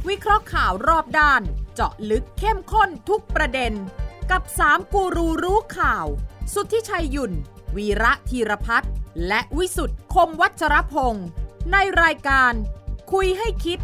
วิเคราะห์ข่าวรอบด้านเจาะลึกเข้มข้นทุกประเด็นกับ3กูรูรู้ข่าวสุทธิชัยหยุ่นวีระธีรพัฒน์และวิสุทธ์คมวัชรพงศ์ในรายการคุยให้คิด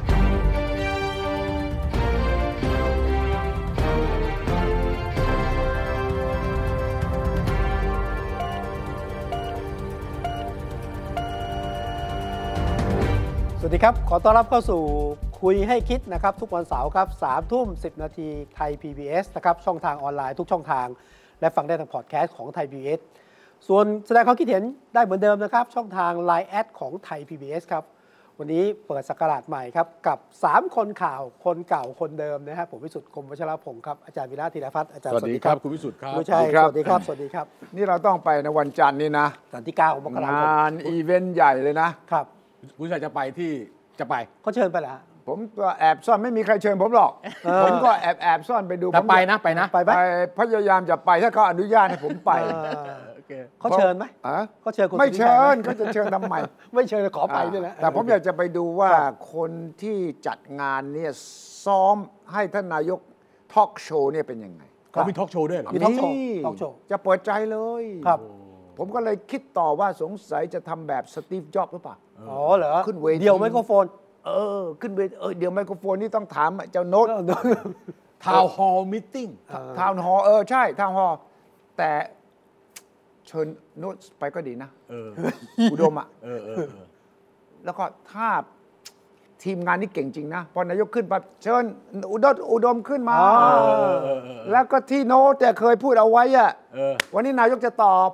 สวัสดีครับขอต้อนรับเข้าสู่คุยให้คิดนะครับทุกวันเสาร์ครับ3:10 นาทีไทย PBS นะครับช่องทางออนไลน์ทุกช่องทางและฟังได้ทางพอดแคสต์ของไทย PBS ส่วนแสดงความคิดเห็นได้เหมือนเดิมนะครับช่องทาง Line แอดของไทย PBS ครับวันนี้เปิดศักราชใหม่ครับกับ3คนข่าวคนเก่าคนเดิมนะครับผมวิสุทธ์คมวัชรพงศ์ครับอาจารย์วีระธีรพัฒน์อาจารย์สวัสดีครับคุณวิสุทธ์ครับสวัสดีครับสวัสดีครับนี่เราต้องไปในวันจันทร์นี่นะวันที่9มกราคมงานอีเวนต์ใหญ่เลยนะครับคุณชัยจะไปที่จะไปเขาเชิญไปเหรอผมก็แอบซ่อนไม่มีใครเชิญผมหรอกผมก็แอบซ่อนไปดูแต่ไปนะไปพยายามจะไปถ้าเขาอนุญาตให้ผมไปเขาเชิญไหมเขาเชิญไม่เชิญเขาจะเชิญทำไมไม่เชิญขอไปด้วยนะแต่ผมอยากจะไปดูว่าคนที่จัดงานเนี่ยซ้อมให้ท่านนายกทอล์กโชว์เนี่ยเป็นยังไงเขามีทอล์กโชว์ด้วยเหรอมีทอล์กโชว์จะเปิดใจเลยครับผมก็เลยคิดต่อว่าสงสัยจะทำแบบสตีฟจ็อบส์หรือเปล่าอ๋อเหรอขึ้นเวทีเดี่ยวไมโครโฟนขึ้นเวทีเดี๋ยวไมโครโฟนนี่ต้องถามเจ้าโน้ตทาวน์ฮอลล์มีตติ้งทาวน์ฮอลล์ใช่ทาวน์ฮอลล์แต่เชิญโน้ตไปก็ดีนะอุดมแล้วก็ถ้าทีมงานนี่เก่งจริงนะพอนายกขึ้นปั๊บเชิญอุดมขึ้นมาแล้วก็ที่โน้ตแต่เคยพูดเอาไว้วันนี้นายกจะตอบ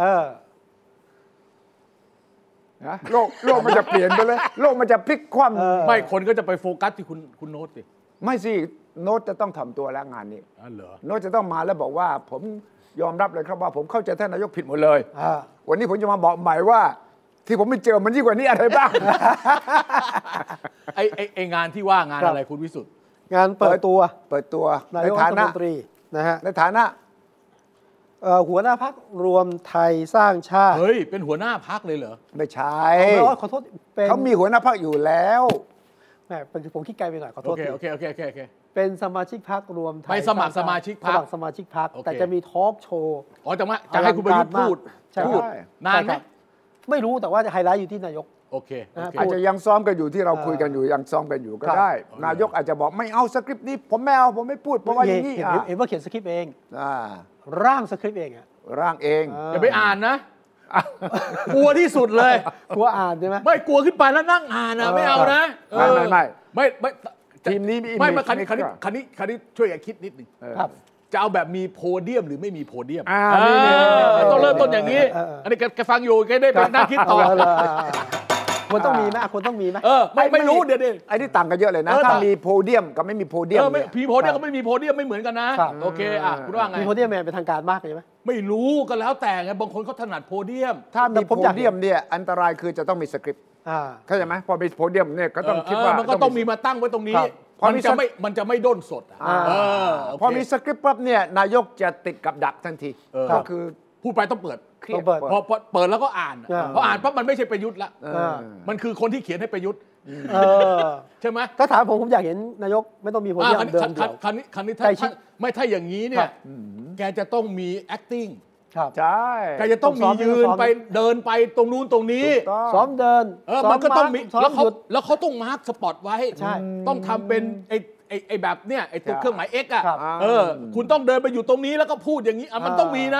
โลกมันจะเปลี่ยนไปเลยโลกมันจะพลิกคว่ำไม่คนก็จะไปโฟกัสที่คุณโน้ตสิไม่สิโน้ตจะต้องถ่อมตัวแล้วงานนี้โน้ตจะต้องมาแล้วบอกว่าผมยอมรับเลยครับว่าผมเข้าใจท่านนายกผิดหมดเลยวันนี้ผมจะมาบอกใหม่ว่าที่ผมไม่เจอมันยิ่งกว่านี้อะไรบ้างไองานที่ว่างานอะไรคุณวิสุทธ์งานเปิดตัวในฐานะนะฮะในฐานะหัวหน้าพรรครวมไทยสร้างชาติเฮ้ยเป็นหัวหน้าพรรคเลยเหรอไม่ใช่ขอโทษเขามีหัวหน้าพรรคอยู่แล้วแหมผมคิดไกลไปหน่อยขอโทษโอเคเป็นสมาชิกพรรครวมไทยไปสมัครสมาชิกพรรคแต่จะมีทอล์กโชว์จะให้คุณประยุทธ์พูดนานไหมไม่รู้แต่ว่าจะไฮไลท์อยู่ที่นายกโอเคอาจจะยังซ้อมกันอยู่ที่เราคุยกันอยู่ยังซ้อมกันอยู่ก็ได้นายกอาจจะบอกไม่เอาสคริปต์นี้ผมไม่เอาผมไม่พูดเพราะว่าอย่างนี้เห็นว่าเขียนสคริปต์เองร่างสคริปต์เองร่างเองอย่าไปอ่านนะกลัวที่สุดเลยกลัวอ่านใช่ไหมไม่กลัวขึ้นไปแล้วนั่งอ่านนะไม่เอานะไม่ทีมนี้ไม่คันนี้ช่วยกันคิดนิดนึงจะเอาแบบมีโพเดียมหรือไม่มีโพเดียมต้องเริ่มต้นอย่างนี้อันนี้แกฟังอยู่แกได้เป็นหน้าคิดต่อคนต้องมีไหมคนต้องมีไหมไม่รู้เดี๋ยวไอ้นี่ต่างกันเยอะเลยนะถ้ามีโพเดียมกับไม่มีโพเดียมมีโพเดียมกับไม่มีโพเดียมไม่เหมือนกันนะโอเคคุณว่าไงมีโพเดียมเป็นทางการมากเลยไหมไม่รู้ก็แล้วแต่ไงบางคนเขาถนัดโพเดียมถ้ามีโพเดียมเนี่ยอันตรายคือจะต้องมีสคริปต์เข้าใจไหมพอมีโพเดียมเนี่ยก็ต้องคิดว่ามันก็ต้องมีมาตั้งไว้ตรงนี้มันจะไม่ด้นสดพอมีสคริปต์ปั๊บเนี่ยนายกจะติดกับดักทันทีก็คือพูดไปต้องเปิดพอเปิดแล้วก็อ่านพออ่านปั๊บมันไม่ใช่ประยุทธ์ละมันคือคนที่เขียนให้ประยุทธ์ใช่ไหมถ้าถามผมอยากเห็นนายกไม่ต้องมีโพเดียมเดินเดียวคันนี้ถ้าอย่างนี้เนี่ยแกจะต้องมี acting ใช่แกจะต้องมียืนไปเดินไปตรงนู้นตรงนี้ซ้อมเดินมันก็ต้องมีแล้วเขาต้องมาร์คสปอตไว้ต้องทำเป็นไอ้แบบเนี่ยไอ้ตัวเครื่องหมาย X อ่ะคุณต้องเดินไปอยู่ตรงนี้แล้วก็พูดอย่างนี้มันต้องมีนะ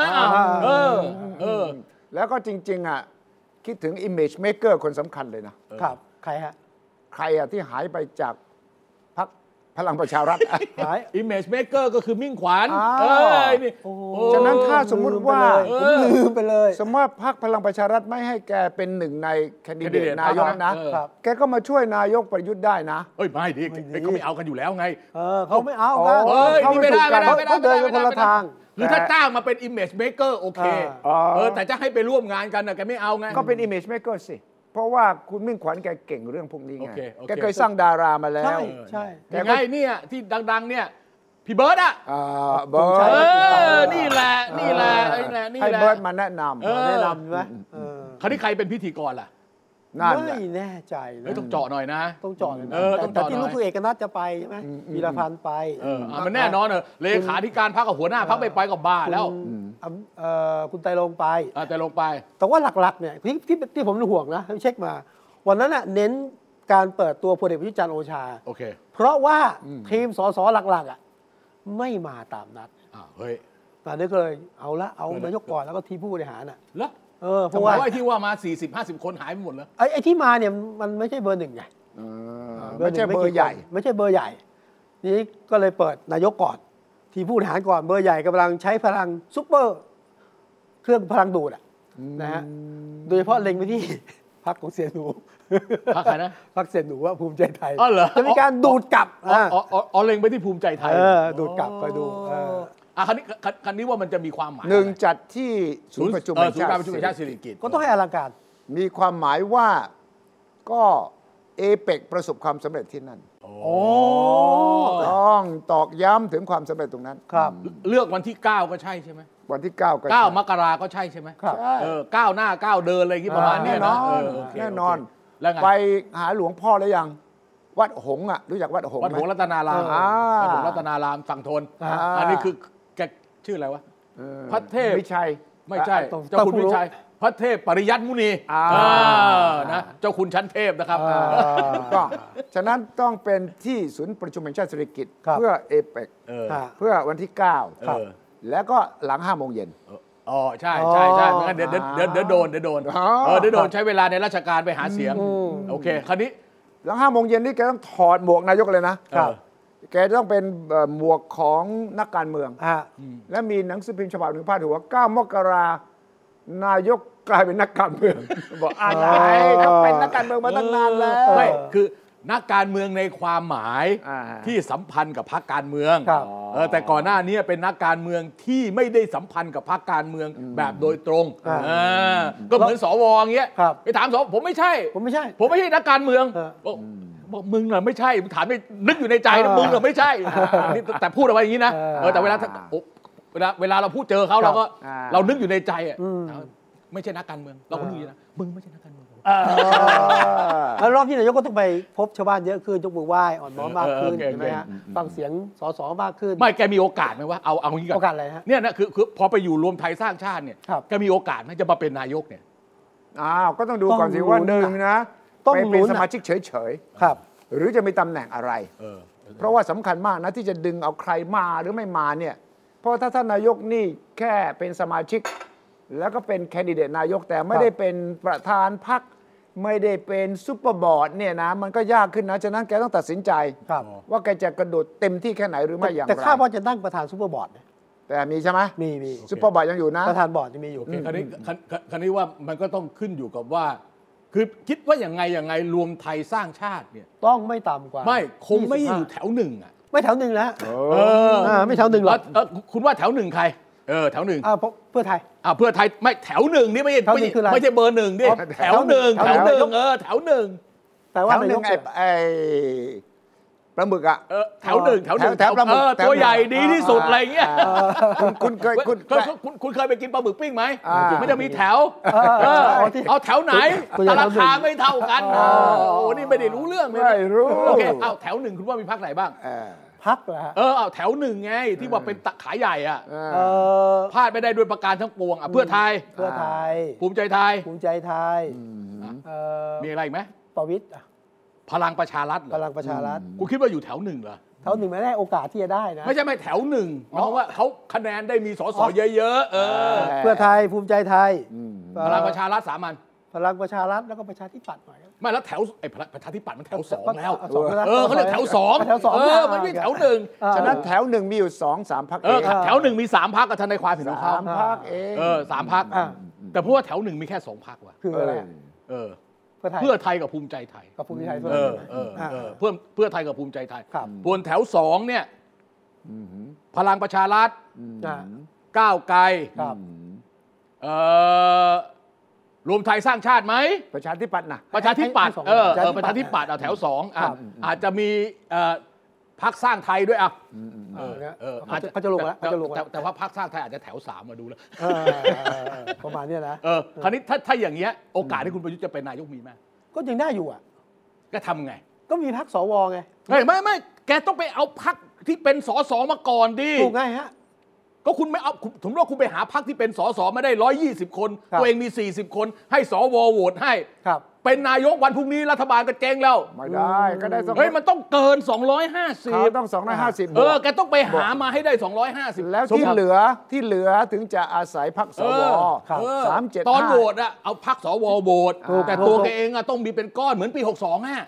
แล้วก็จริงๆอ่ะคิดถึง image maker คนสำคัญเลยนะครับใครฮะใครอ่ะที่หายไปจากพรรคพลังประชารัฐ image maker ก็คือมิ่งขวัญนี่ฉะนั้นถ้าสมมุติว่าลืมไปเลยสมมติพรรคพลังประชารัฐไม่ให้แกเป็นหนึ่งในแคนดิเดตนายกนะแกก็มาช่วยนายกประยุทธ์ได้นะไม่ดิเขาไม่เอากันอยู่แล้วไงเขาไม่เอากันเขาไม่ได้เขาเดินคนละทางหรือถ้าจ้างมาเป็น image maker โอเคแต่จะให้ไปร่วมงานกันแกไม่เอาไงก็เป็น image maker สิเพราะว่าคุณมิ่งขวัญแกเก่งเรื่องพวกนี้ไงแกเคยสร้างดารามาแล้วใช่ยังไงเนี่ยที่ดังๆเนี่ยพี่เบิร์ดอ่ะเบิร์ดนี่แหละให้เบิร์ดมาแนะนำใช่ไหมคราวนี้ใครเป็นพิธีกรล่ะไม่แน่ใจนะต้องเจาะหน่อยนะต้องเจาะเลยนะต้องแต่ที่รู้คือเอกนัทจะไปใช่ไหมวีรพันธ์ไปมันแน่นอนเลขาธิการพรรคกับหัวหน้าพรรคไม่ไปกับบ้าแล้วคุณไตรรงค์ไปไตรรงค์ไปแต่ว่าหลักๆเนี่ยที่ผมห่วงนะเช็คมาวันนั้นเน้นการเปิดตัวพลเอกประยุทธ์จันทร์โอชาโอเคเพราะว่าทีมสสหลักๆไม่มาตามนัดเฮ้ยตอนนี้ก็เลยเอานายกก่อนแล้วก็ทีมผู้บริหารแล้วเพราะว่าที่ว่ามา 40-50 คนหายไปหมดแล้วไอ้ที่มาเนี่ยมันไม่ใช่เบอร์หนึ่งไงไม่ใช่เบอร์ใหญ่ไม่ใช่เบอร์ใหญ่นี่ก็เลยเปิดนายกก่อนทีมผู้บริหารก่อนเบอร์ใหญ่กำลังใช้พลังซุปเปอร์เครื่องพลังดูดนะฮะโดยเฉพาะเล็งไปที่พรรคของเสี่ยหนูพรรคใครนะพรรคเสี่ยหนูว่าภูมิใจไทยจะมีการดูดกลับเล็งไปที่ภูมิใจไทยดูดกลับไปดูคันนี้ว่ามันจะมีความหมายหนึ่งจัดที่ศูนย์ประชุมแห่งชาติสิริกิติ์ก็ต้องให้อลังการมีความหมายว่าก็เอเปกประสบความสำเร็จที่นั่นต้องตอกย้ำถึงความสำเร็จตรงนั้นครับเลือกวันที่9ก็ใช่ใช่ไหมวันที่9ก็ 9 มกราก็ใช่ใช่ไหมครับ 9หน้า9เดินอะไรอย่างนี้ประมาณนี้นะแน่นอนไปหาหลวงพ่อแล้วยังวัดหงส์รู้จักวัดหงส์วัดหงส์รัตนารามวัดหงส์รัตนารามฝั่งทนอันนี้คือแกชื่ออะไรวะพระเทพไม่ใช่เจ้าคุณวิชัยพระเทพปริยัติมุนีนะเจ้าคุณชั้นเทพนะครับก็ฉะนั้นต้องเป็นที่ศูนย์ประชุมแห่งชาติเศรษฐกิจเพื่อเอเปกเพื่อวันที่9แล้วก็หลัง5 โมงเย็นใช่ไม่งั้นเดี๋ยวโดนใช้เวลาในราชการไปหาเสียงโอเคคราวนี้หลัง5 โมงเย็นนี่แกต้องถอดหมวกนายกเลยนะแกต้องเป็นหมวกของนักการเมืองและมีหนังสือพิมพ์ฉบับหนึ่งพาดหัว9 มกรานายกกลายเป็นนักการเมืองบอกอะไรเขาเป็นนักการเมืองมาตั้งนานแล้วไม่คือนักการเมืองในความหมายที่สัมพันธ์กับพรรคการเมืองแต่ก่อนหน้านี้เป็นนักการเมืองที่ไม่ได้สัมพันธ์กับพรรคการเมืองแบบโดยตรงก็เหมือนสวอย่างเงี้ยไปถามสวผมไม่ใช่นักการเมืองบอกมึงน่ะไม่ใช่ถามไม่นึกอยู่ในใจนะมึงน่ะไม่ใช่แต่พูดเอาไว้อย่างนี้นะแต่เวลาเราพูดเจอเขาเรานึกอยู่ในใจไม่ใช่นักการเมืองเราก็นึกอยู่นะมึงไม่ใช่นักการเมืองแล้วรอบที่นายกก็ต้องไปพบชาวบ้านเยอะขึ้นยกมือไหว้อ่อนน้อมมากขึ้นใช่ไหมฮะฟังเสียงสสมากขึ้นไม่แกมีโอกาสไหมว่าเอาอย่างนี้ก่อนโอกาสอะไรฮะเนี่ยนะคือพอไปอยู่รวมไทยสร้างชาติเนี่ยแกมีโอกาสไหมจะมาเป็นนายกเนี่ยก็ต้องดูก่อนสิว่าหนึ่งนะต้องเป็นสมาชิกเฉยๆครับหรือจะมีตำแหน่งอะไรเพราะว่าสำคัญมากนะที่จะดึงเอาใครมาหรือไม่มาเนี่ยเพราะถ้าท่านนายกนี่แค่เป็นสมาชิกแล้วก็เป็นแคนดิเดตนายกแต่ไม่ได้เป็นประธานพรรคไม่ได้เป็นซุปเปอร์บอร์ดเนี่ยนะมันก็ยากขึ้นนะฉะนั้นแกต้องตัดสินใจว่าแกจะกระโดดเต็มที่แค่ไหนหรือไม่อย่างไรแต่ข้าว่าจะตั้งประธานซุปเปอร์บอร์ดแต่มีใช่ไหมมีซุปเปอร์บอร์ดยังอยู่นะประธานบอร์ดยังมีอยู่คราวนี้ว่ามันก็ต้องขึ้นอยู่กับว่าคือคิดว่าอย่างไงรวมไทยสร้างชาติเนี่ยต้องไม่ต่ำกว่าไม่คงไม่อยู่แถวหนึ่งไม่แถวหนึ่งแล้วไม่แถวหนึ่งหรอกคุณว่าแถวหนึ่งใครแถวหนึ่งเพื่อไทยเพื่อไทยไม่แถวหนึ่งนี่ไม่ใช่เบอร์หนึ่งดิแถวหนึ่งแถวหนึ่งแต่ว่าแถวหนึ่งไอ้ปลาหมึกแถวหนึ่งปลาหมึกตัวใหญ่ดีที่สุดอะไรเงี้ยคุณเคยไปกินปลาหมึกปิ้งไหมมันจะมีแถวเอาแถวไหนราคาไม่เท่ากันโอ้นี่ไม่ได้รู้เรื่องเลยไม่รู้โอเคเอาแถวหนึ่งคุณว่ามีพรรคไหนบ้างพรรคเหรอเอาแถวหนึ่งไงที่ว่าเป็นตะขายใหญ่พลาดไม่ได้ด้วยประการทั้งปวงเพื่อไทยภูมิใจไทยมีอะไรอีกไหมประวิตรพลังประชารัฐกูคิดว่าอยู่แถวหนึ่งเหรอแถวหนึ่งไม่ได้โอกาสที่จะได้นะไม่ใช่แถวหนึ่งเพราะว่าเขาคะแนนได้มีสสเยอะเพื่อไทยภูมิใจไทยพลังประชารัฐ3 อันพลังประชารัฐแล้วก็ประชาธิปัตย์หน่อยไม่แล้วแถวประชาธิปัตย์มันแถว2แล้วเขาเรียกแถว2มันไม่แถว1 ฉะนั้นแถว1มีอยู่ 2-3 พรรคแถว1มี3 พรรคกับทนายความเห็นของเขา 3 พรรคเอง 3 พรรคแต่เพราะว่าแถว1มีแค่2 พรรคว่ะคืออะไรเพื่อไทยกับภูมิใจไทยเพื่อไทยกับภูมิใจไทยส่วนแถว2เนี่ยพลังประชารัฐก้าวไกลรวมไทยสร้างชาติไหมประชาธิปัตย์นะประชาธิปัตย์ประชาธิปัตย์แถว2อาจจะมีพรรคสร้างไทยด้วยเขาจะลงแล้วแต่ว่าพรรคสร้างไทยอาจจะแถว3มาดูแล้วประมาณนี้นะคราวนี้ถ้าอย่างเงี้ยโอกาสที่คุณประยุทธ์จะเป็นนายกมีไหมก็ยังได้อยู่อ่ะก็ทำไงก็มีพรรคสวไงไม่แกต้องไปเอาพรรคที่เป็นสสมาก่อนดิถูกไงฮะก็คุณไม่เอาสมมติว่าคุณไปหาพรรคที่เป็นสสมาได้120 คนตัวเองมี40 คนให้สวโหวตให้เป็นนายกวันพรุ่งนี้รัฐบาลก็เจ๊งแล้วไม่ได้ก็ได้เฮ้ยมันต้องเกิน250 เขาต้อง250 แกต้องไปหามาให้ได้250 แล้วที่เหลือถึงจะอาศัยพรรคสว375 ตอนโหวตอะเอาพรรคสวโหวตแต่ตัวแกเองอะต้องมีเป็นก้อนเหมือนปี62อะ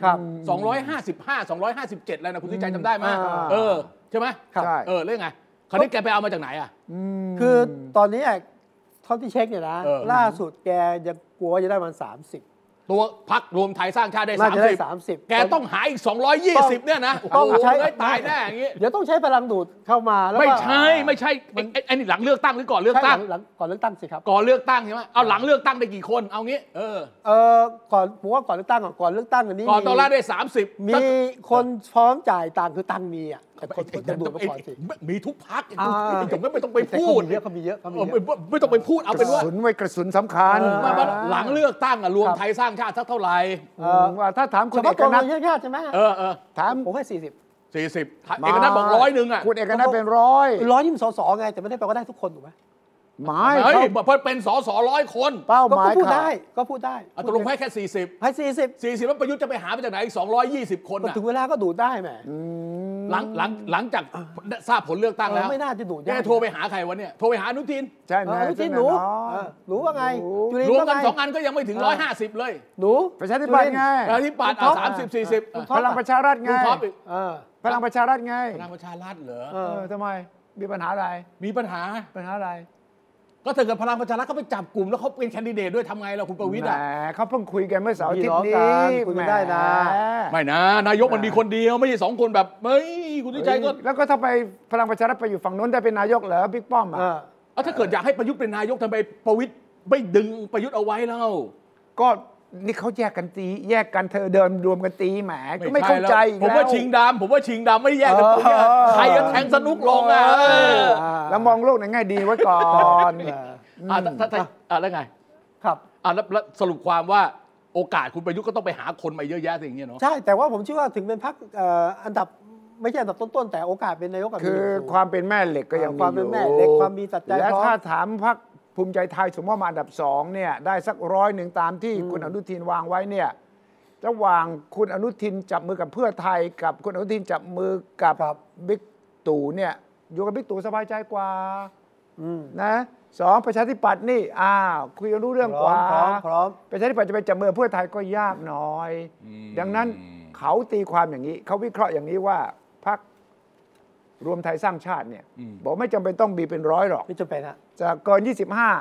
255 257อะไรนะคุณทิชัยจำได้ไหมใช่ไหมเรื่องไงคราวนี้แกไปเอามาจากไหนอ่ะคือตอนนี้เท่าที่เช็คเนี่ยนะล่าสุดแกยังกลัวว่าจะได้มัน30 ตัวพรรครวมไทยสร้างชาติได้30แกต้องหาอีก220เนี่ยนะต้องใช้ตายแน่อย่างงี้เดี๋ยวต้องใช้พลังดูดเข้ามาแล้วไม่ใช่ไอ้นี่หลังเลือกตั้งหรือก่อนเลือกตั้งก่อนเลือกตั้งสิครับก่อนเลือกตั้งใช่ไหมเอาหลังเลือกตั้งได้กี่คนเอางี้ก่อนผมว่าก่อนเลือกตั้งก่อนเลือกตั้งอันนี้ก่อนตอนแรกได้30 มีคนพร้อมจ่ายตังค์คือตังค์มีอ่ะแต่คนจะดูดมาก่อนสิมีทุกพรรคผมไม่ต้องไปพูดเยอะเขามีเยอะไม่ต้องไปพูดเอาเป็นว่ากระสุนสำคัญหลังเลือกตั้งรวมไทยสร้างชาติสักเท่าไหร่ว่าถ้าถามคุณเอกนัทใช่ไหมถามผมให้40 เอกนัทบอก100อ่ะคุณเอกนัทเป็น 100ที่มันสสไงแต่ไม่ได้แปลว่าได้ทุกคนถูกไหมไม่เพราะเป็นสส100 คนเป้าหมายก็พูดได้ตกลงให้แค่40 ให้ 40แล้วประยุทธ์จะไปหามาจากไหนอีก220 คนถึงเวลาก็ดูดได้แหมหลังจากทราบผลเลือกตั้งแล้วไม่น่าจะดูดแกโทรไปหาใครวะเนี่ยโทรไปหาอนุทินใช่อนุทินหนูว่าไงรวมกัน2 อันก็ยังไม่ถึง150เลยหนูประชาธิปัตย์ไงประชาธิปัตย์30 40 พลังประชารัฐไงพลังประชารัฐไงพลังประชารัฐเหรอทำไมมีปัญหาอะไรมีปัญหาอะไรก็ถ้าเกิดพลังประชารัฐเขาไปจับกลุ่มแล้วเขาเป็นแคนดิเดตด้วยทำไงล่ะคุณประวิตรเขาเพิ่งคุยกันเมื่อเสาร์อาทิตย์นี้คุยกันได้นะไม่นะนายกมันมีคนเดียวไม่ใช่2 คนแบบเฮ้ยคุณทิชัยก็แล้วก็ถ้าไปพลังประชารัฐไปอยู่ฝั่งโน้นได้เป็นนายกเหรอบิ๊กป้อมถ้าเกิดอยากให้ประยุทธ์เป็นนายกทำไมประวิตรไม่ดึงประยุทธ์เอาไว้เล่าก็นี่เขาแยกกันเธอเดินรวมกันตีแหมก็ไม่เข้าใจผมว่าชิงดำไม่แยกกันตรงนี้ใครจะแทงสนุกลงแล้วมองโลกในแง่ดีไว้ก่อนแล้วไงครับแล้วสรุปความว่าโอกาสคุณประยุทธ์ก็ต้องไปหาคนมาเยอะแยะอย่างเงี้ยเนาะใช่แต่ว่าผมเชื่อว่าถึงเป็นพรรคอันดับไม่ใช่อันดับต้นๆแต่โอกาสเป็นนายกคือความเป็นแม่เหล็กก็ยังมีความเป็นแม่เหล็กความมีตัดใจและถ้าถามพรรคภูมิใจไทยสมมติว่ามาอันดับ2เนี่ยได้สัก100ตามที่คุณอนุทินวางไว้เนี่ยระหว่างคุณอนุทินจับมือกับเพื่อไทยกับคุณอนุทินจับมือกับบิ๊กตู่เนี่ยอยู่กับบิ๊กตู่สบายใจกว่านะ2ประชาธิปัตย์นี่คุยกันรู้เรื่องกว่าพร้อมประชาธิปัตย์จะไปจับมือเพื่อไทยก็ยากหน่อยดังนั้นเขาตีความอย่างนี้เขาวิเคราะห์อย่างนี้ว่าพรรครวมไทยสร้างชาติเนี่ยบอกไม่จำเป็นต้องมีเป็น100หรอกไม่จำเป็นฮะจะเกิน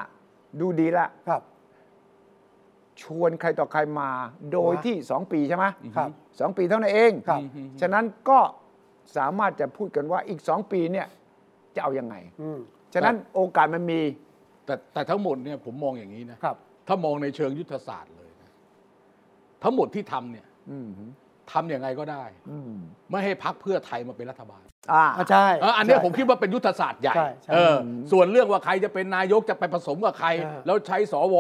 25ดูดีละครับชวนใครต่อใครมาโดยที่2 ปีใช่ไหมครับ 2 ปีเท่านั้นเองฉะนั้นก็สามารถจะพูดกันว่าอีก2 ปีเนี่ยจะเอายังไงฉะนั้นโอกาสมันมีแต่ทั้งหมดเนี่ยผมมองอย่างนี้นะครับถ้ามองในเชิงยุทธศาสตร์เลยนะทั้งหมดที่ทำเนี่ยทำยังไงก็ได้ไม่ให้พรรคเพื่อไทยมาเป็นรัฐบาลใช่อันนี้ผมคิดว่าเป็นยุทธศาสตร์ใหญ่ส่วนเรื่องว่าใครจะเป็นนายกจะไปผสมกับใครแล้วใช้สว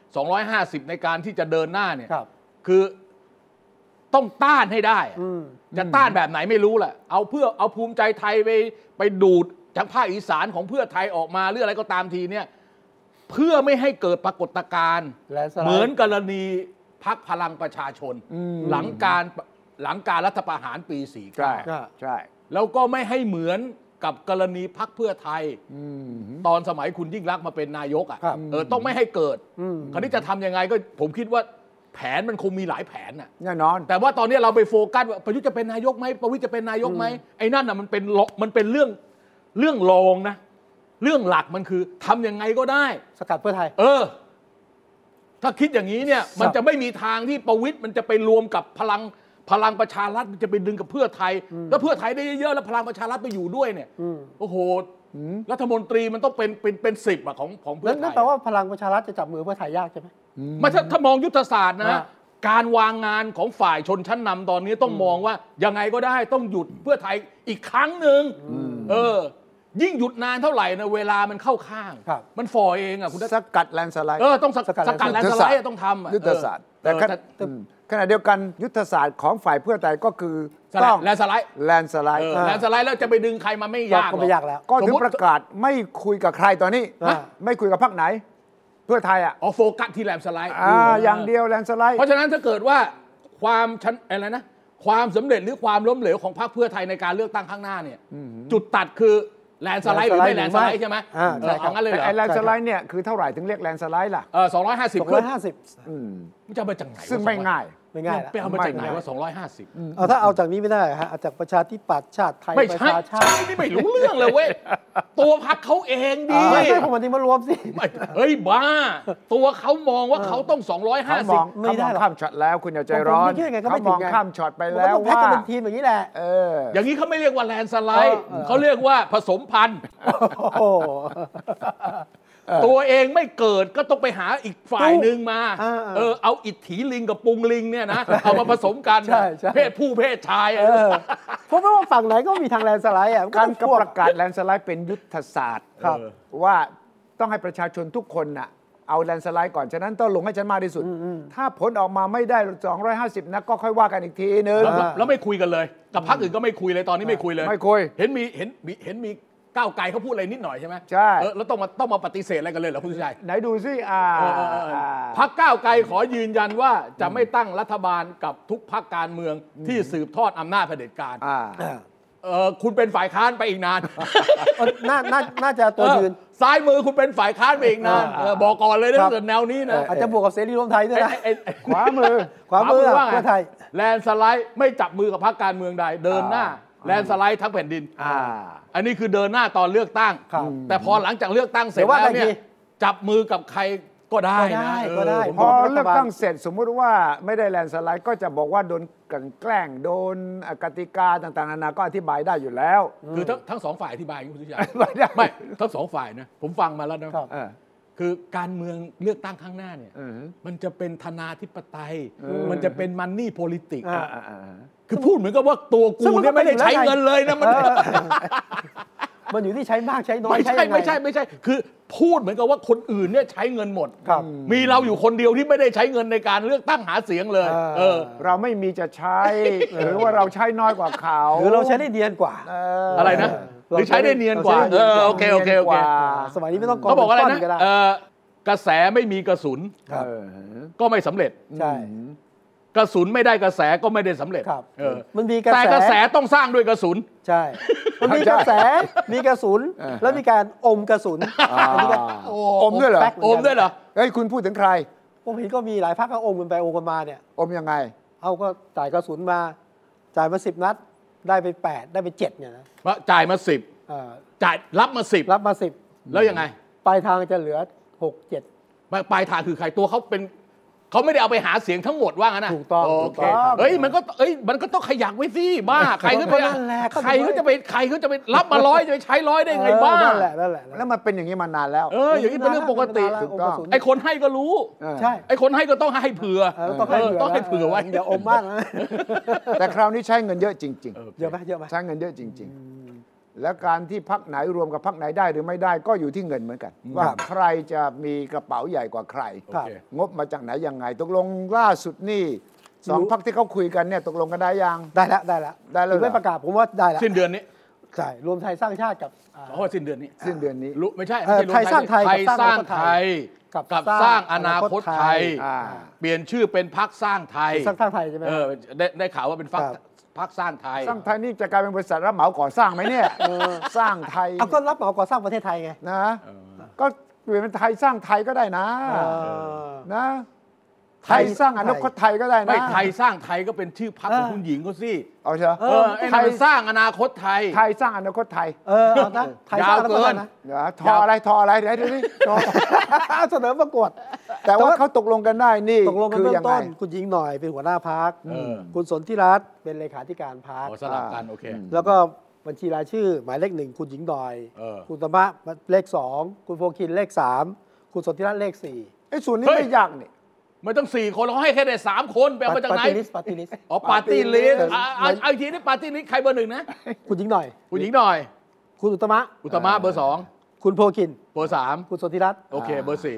250ในการที่จะเดินหน้าเนี่ยคือต้องต้านให้ได้จะต้านแบบไหนไม่รู้แหละเอาภูมิใจไทยไปดูดจากภาคอีสานของเพื่อไทยออกมาหรืออะไรก็ตามทีเนี่ยเพื่อไม่ให้เกิดปรากฏการณ์เหมือนกรณีพรรคพลังประชาชนหลังการรัฐประหารปี49 ใช่แล้วก็ไม่ให้เหมือนกับกรณีพรรคเพื่อไทยตอนสมัยคุณยิ่งลักษณ์มาเป็นนายกต้องไม่ให้เกิดคราวนี้จะทำยังไงก็ผมคิดว่าแผนมันคงมีหลายแผนแน่นอนแต่ว่าตอนนี้เราไปโฟกัสว่าประยุทธ์จะเป็นนายกไหมประวิตรจะเป็นนายกไหมไอ้นั่นน่ะมันเป็นเรื่องรองนะเรื่องหลักมันคือทำยังไงก็ได้สกัดเพื่อไทยถ้าคิดอย่างนี้เนี่ยมันจะไม่มีทางที่ประวิตรมันจะไปรวมกับพลังประชารัฐมันจะไปดึงกับเพื่อไทยแล้วเพื่อไทยได้เยอะแล้วพลังประชารัฐไปอยู่ด้วยเนี่ยโอ้โหรัฐมนตรีมันต้องเป็น10อ่ะของเพื่อไทยนั่นแปลว่าพลังประชารัฐจะจับมือเพื่อไทยยากใช่ไหมไม่ถ้ามองยุทธศาสตร์นะการวางงานของฝ่ายชนชั้นนำตอนนี้ต้องมองว่ายังไงก็ได้ต้องหยุดเพื่อไทยอีกครั้งหนึ่งยิ่งหยุดนานเท่าไหร่นะเวลามันเข้าข้างมันฝ่อเองอ่ะคุณสกัดแลนสไลด์ต้องสกัดแลนสไลด์ต้องทำยุทธศาสตร์แต่ขณะเดียวกันยุทธศาสตร์ของฝ่ายเพื่อไทยก็คือต้องแลนสไลด์แลนสไลด์แล้วจะไปดึงใครมาไม่ยากก็ไม่ยากแล้วก็ถึงประกาศไม่คุยกับใครตอนนี้ไม่คุยกับพรรคไหนเพื่อไทยโฟกัสที่แลนสไลด์อย่างเดียวแลนสไลด์เพราะฉะนั้นถ้าเกิดว่าความอะไรนะความสำเร็จหรือความล้มเหลวของพรรคเพื่อไทยในการเลือกตั้งข้างหน้าเนี่ยจุดตัดคือแลนสไลด์หรือไม่แลนสไลด์ใช่ไหมเอางั้นเลยเหรอไอ้แลนสไลด์เนี่ยคือเท่าไหร่ถึงเรียกแลนสไลด์ล่ะ 250มันจะมาจากไหนซึ่งไม่ง่ายไปเอามาจากไหนว่า250 ถ้าเอาจากนี้ไม่ได้ฮะเอาจากประชาธิปัตย์ชาติไทยประชาชาตินี่ไม่รู้เรื่องเลยเว้ยตัวพรรคเขาเองดิไม่ใช่ผมอันนี้มารวมสิเฮ้ยบ้าตัวเขามองว่าเขาต้อง250 ไม่ได้ข้ามช็อตแล้วคุณอย่าใจร้อนเขามองข้ามช็อตไปแล้วว่าเป็นทีมอย่างนี้แหละอย่างนี้เขาไม่เรียกว่าแลนสไลด์เขาเรียกว่าผสมพันธุ์ตัวเองไม่เกิดก็ต้องไปหาอีกฝ่ายหนึ่งมาเอาอิทธิลิงกับปุงลิงเนี่ยนะเอามาผสมกันเพศผู้เพศชายเพราะว่าฝั่งไหนก็มีทางแลนสไลด์การประกาศแลนสไลด์เป็นยุทธศาสตร์ว่าต้องให้ประชาชนทุกคนน่ะเอาแลนสไลด์ก่อนฉะนั้นต้องลงให้ฉันมากที่สุดถ้าผลออกมาไม่ได้250นะก็ค่อยว่ากันอีกทีนึงแล้วไม่คุยกันเลยกับพรรคอื่นก็ไม่คุยเลยตอนนี้ไม่คุยเลยไม่คุยเห็นมีก้าวไกลเขาพูดอะไรนิดหน่อยใช่ไหมใช่แล้วต้องมาปฏิเสธอะไรกันเลยเหรอคุณสุชัยไหนดูสิพรรคก้าวไกลขอยืนยันว่าจะไม่ตั้งรัฐบาลกับทุกพรรคการเมืองที่สืบทอดอำนาจเผด็จการคุณเป็นฝ่ายค้านไปอีกนานน่าจะตัวยืนซ้ายมือคุณเป็นฝ่ายค้านไปอีกนานบอกก่อนเลยนะแนวนี้นะอาจจะบวกกับเสรีรวมไทยด้วยนะขวามือว่าไงแลนสไลด์ไม่จับมือกับพรรคการเมืองใดเดินหน้าแลนสไลด์ทั้งแผ่นดินอันนี้คือเดินหน้าตอนเลือกตั้งแต่พอหลังจากเลือกตั้งเสร็จแล้วเนี่ยจับมือกับใครก็ได้นะพอเลือกตั้งเสร็จสมมุติว่าไม่ได้แลนสไลด์ก็จะบอกว่าโดนกันแกล้งโดนกติกาต่างๆนานาก็อธิบายได้อยู่แล้วคือทั้งสองฝ่ายอธิบายคุณสุชัยไม่ทั้งสองฝ่ายนะผมฟังมาแล้วนะคือการเมืองเลือกตั้งข้างหน้าเนี่ยมันจะเป็นธนาธิปไตยมันจะเป็นมันนี่โพลิติกคือพูดเหมือนกับว่าตัวกูเนี่ยไม่ได้ใช้เงินเลยนะมันอยู่ที่ใช้มากใช้น้อยไม่ใช่คือพูดเหมือนกับว่าคนอื่นเนี่ยใช้เงินหมดมีเราอยู่คนเดียวที่ไม่ได้ใช้เงินในการเลือกตั้งหาเสียงเลยเราไม่มีจะใช้หรือว่าเราใช้น้อยกว่าเขาหรือเราใช้ได้เนียนกว่าอะไรนะหรือใช้ได้เนียนกว่าโอเคสมัยนี้ไม่ต้องเขาบอกอะไรนะกระแสไม่มีกระสุนก็ไม่สำเร็จใช่กระสุนไม่ได้กระแสก็ไม่ได้สำเร็จมันมีกระแสแต่กระแสต้องสร้างด้วยกระสุนใช่มันมีกระแสมีกระสุนแล้วมีการอมกระสุนอมด้วยเหรออมด้วยเหรอเฮ้ยคุณพูดถึงใครผมเห็นก็มีหลายพรรคก็อมกันไปอมกันมาเนี่ยอมยังไงเอาก็จ่ายกระสุนมาจ่ายมา10 นัดได้ไป8ได้ไป7เนี่ยนะจ่ายมา10จ่ายรับมา10แล้วยังไงปลายทางจะเหลือ6 7 ปลายทางคือใครตัวเขาไม่ได้เอาไปหาเสียงทั้งหมดว่างั้นนะถูกต้องโอเคมันก็ต้องขยักไว้สิบ้าใครก็จะไปรับมา100จะไปใช้100ได้ไงบ้านั่นแหละแล้วมันเป็นอย่างนี้มานานแล้วอย่างนี้เป็นเรื่องปกติถูกต้องไอ้คนให้ก็รู้ใช่ไอ้คนให้ก็ต้องให้เผื่อต้องให้เผื่อไว้อย่าอมมากนะแต่คราวนี้ใช้เงินเยอะจริงๆเยอะไหมใช้เงินเยอะจริงๆและการที่พรรคไหนรวมกับพรรคไหนได้หรือไม่ได้ก็อยู่ที่เงินเหมือนกันว่าใครจะมีกระเป๋าใหญ่กว่าใครงบมาจากไหนยังไงตกลงล่าสุดนี่2 พรรคที่เขาคุยกันเนี่ยตกลงกันได้ยังได้แล้วไม่ประกาศผมว่าได้แล้วสิ้นเดือนนี้ใช่รวมไทยสร้างชาติกับสิ้นเดือนนี้ไม่ใช่ไทยสร้างไทยสร้างไทยกับสร้างอนาคตไทยเปลี่ยนชื่อเป็นพรรคสร้างไทยสร้างไทยใช่ไหมได้ข่าวว่าเป็นพรรคสร้างไทยนี่จะกลายเป็นบริษัทรับเหมาก่อสร้างไหมเนี่ยสร้างไทยก็รับเหมาก่อสร้างประเทศไทยไงนะก็เปลี่ยนเป็นไทยสร้างไทยก็ได้นะไทยสร้างอนาคตไทยก็ได้นะไม่ไทยสร้างไทยก็เป็นชื่อพรรคของคุณหญิงก็สิเอาเถอะไทยสร้างอนาคตไทยไทยสร้างอนาคตไทยยาวเกินทออะไรเดี๋ยวนี้เสนอประกวดแต่ว่าเขาตกลงกันได้นี่ตกลงกันเบื้องต้นคุณหญิงหน่อยเป็นหัวหน้าพรรคคุณสนธิรัตน์เป็นเลขาธิการพรรคสลับกันโอเคแล้วก็บัญชีรายชื่อหมายเลข1คุณหญิงหน่อยคุณตมะเลข2คุณโฟคินเลข3คุณสนธิรัตน์เลข4 ไอ้ส่วนนี้ไม่ยากนี่ไม่ต้อง4 คนเราให้แค่ได้3 คนไปเอามาจากไหนปาร์ตี้ลิสต์ปาร์ตี้ลิสต์เอาอีกทีนี่ปาร์ตี้ลิสต์ใครเบอร์ 1นะคุณหญิงหน่อยคุณอุตมะเบอร์2 คุณโพคินเบอร์3 คุณสนธิรัตน์โอเคเบอร์4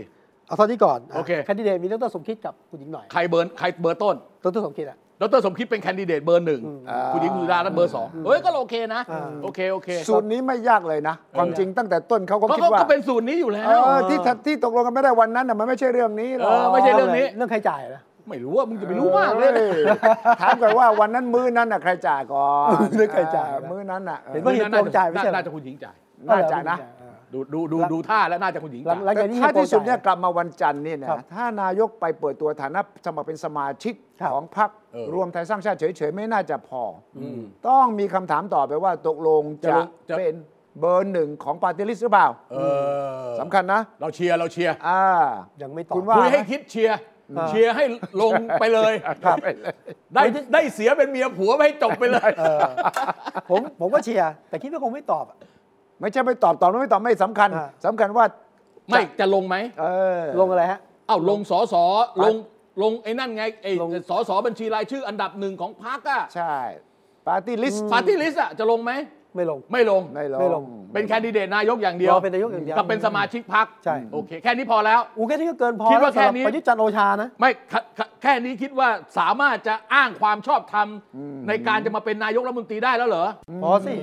เอาตอนนี้ก่อนโอเคแคนดิเดตมีดร.สมคิดกับคุณหญิงหน่อยใครเบอร์ต้นดร.สมคิดอ่ะดร.สมคิดเป็นแคนดิเดตเบอร์ 1คุณหญิงสุดารัตน์เบอร์ 2เอ้ยก็โอเคนะโอเคสูตรนี้ไม่ยากเลยนะความจริงตั้งแต่ต้นเขาก็คิดว่าก็เป็นสูตรนี้อยู่แล้วที่ตกลงกันไม่ได้วันนั้นมันไม่ใช่เรื่องนี้หรอกไม่ใช่เรื่องนี้เรื่องใครจ่ายนะไม่รู้ว่ามึงจะไปรู้มากเลยถามก่อนว่าวันนั้นมื้อนั้นใครจ่ายก่อนเรื่องใครจ่ายมื้อนั้นเห็นว่าเห็นตัวจ่ายไม่ใช่น่าจะคุณหญิงจ่ายน่าจ่ายนะดูท่าแล้วน่าจะคุณหญิงจ่ายถ้าที่สุดเนี่ยกลับมาวันจันทร์เนี่ยถ้านายกไปเปิดตัวฐานะสมัครเป็นสมาชิกของพรรครวมไทยสร้างชาติเฉยๆไม่น่าจะพอต้องมีคำถามต่อไปว่าตกลงจะเป็นเบอร์ 1ของปาร์ตี้ลิสต์หรือเปล่าสำคัญนะเราเชียร์ยังไม่ตอบคุยให้คิดเชียร์ให้ลงไปเลยได้เสียเป็นเมียผัวให้จบไปเลยผมก็เชียร์แต่คิดว่าคงไม่ตอบไม่ใช่ไม่ตอบแล้วไม่ตอบไม่สำคัญว่าไม่จะลงไหมลงอะไรฮะลงสสลงไอ้นั่นไงไอ้สสบัญชีรายชื่ออันดับ 1ของพรรคอ่ะใช่ปาร์ตี้ลิสต์อ่ะจะลงไหมไม่ลงเป็นแคนดิเดตนายกอย่างเดียวเป็นนายกอย่างเดียวกับเป็นสมาชิกพรรคใช่โอเคแค่นี้พอแล้วแค่นี้ก็เกินพอคิดว่าแค่นี้ประยุทธ์จันทร์โอชานะไม่แค่นี้คิดว่าสามารถจะอ้างความชอบธรรมในการจะมาเป็นนายกรัฐมนตรีได้แล้วเหรอพอสิ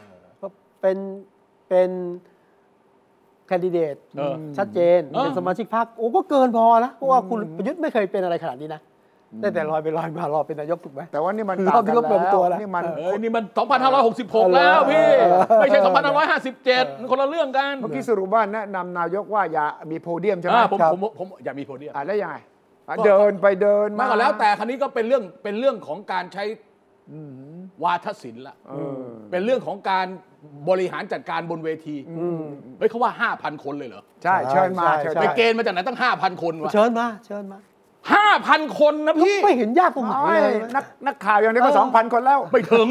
เป็นแคนดิเดตชัดเจนเป็นสมาชิกพรรคก็เกินพอนะเพราะว่าคุณประยุทธ์ไม่เคยเป็นอะไรขนาดนี้นะแต่ลอยไปลอยมารอเป็นนายกถูกไหมแต่ว่านี่มันต่างกันแล้วนี่มัน 2,566 แล้วพี่ไม่ใช่ 2,557 คนละเรื่องกันเมื่อกี้สรุปว่าแนะนำนายกว่าอย่ามีโพเดียมใช่ไหมผมอย่ามีโพเดียมแล้วยังไงเดินไปเดินมาก็แล้วแต่ครั้นี้ก็เป็นเรื่องของการใช้วาทศิลป์ละเป็นเรื่องของการบริหารจัดการบนเวทีเฮ้ยเขาว่า 5,000 คนเลยเหรอใช่เชิญมาไปเกณฑ์มาจากไหนตั้ง 5,000 คนวะเชิญมา 5,000 คนนะพี่ไม่เห็นยากตรงไหนเลยนักข่าวอย่างนี้ก็ 2,000 คนแล้วไม่ถึง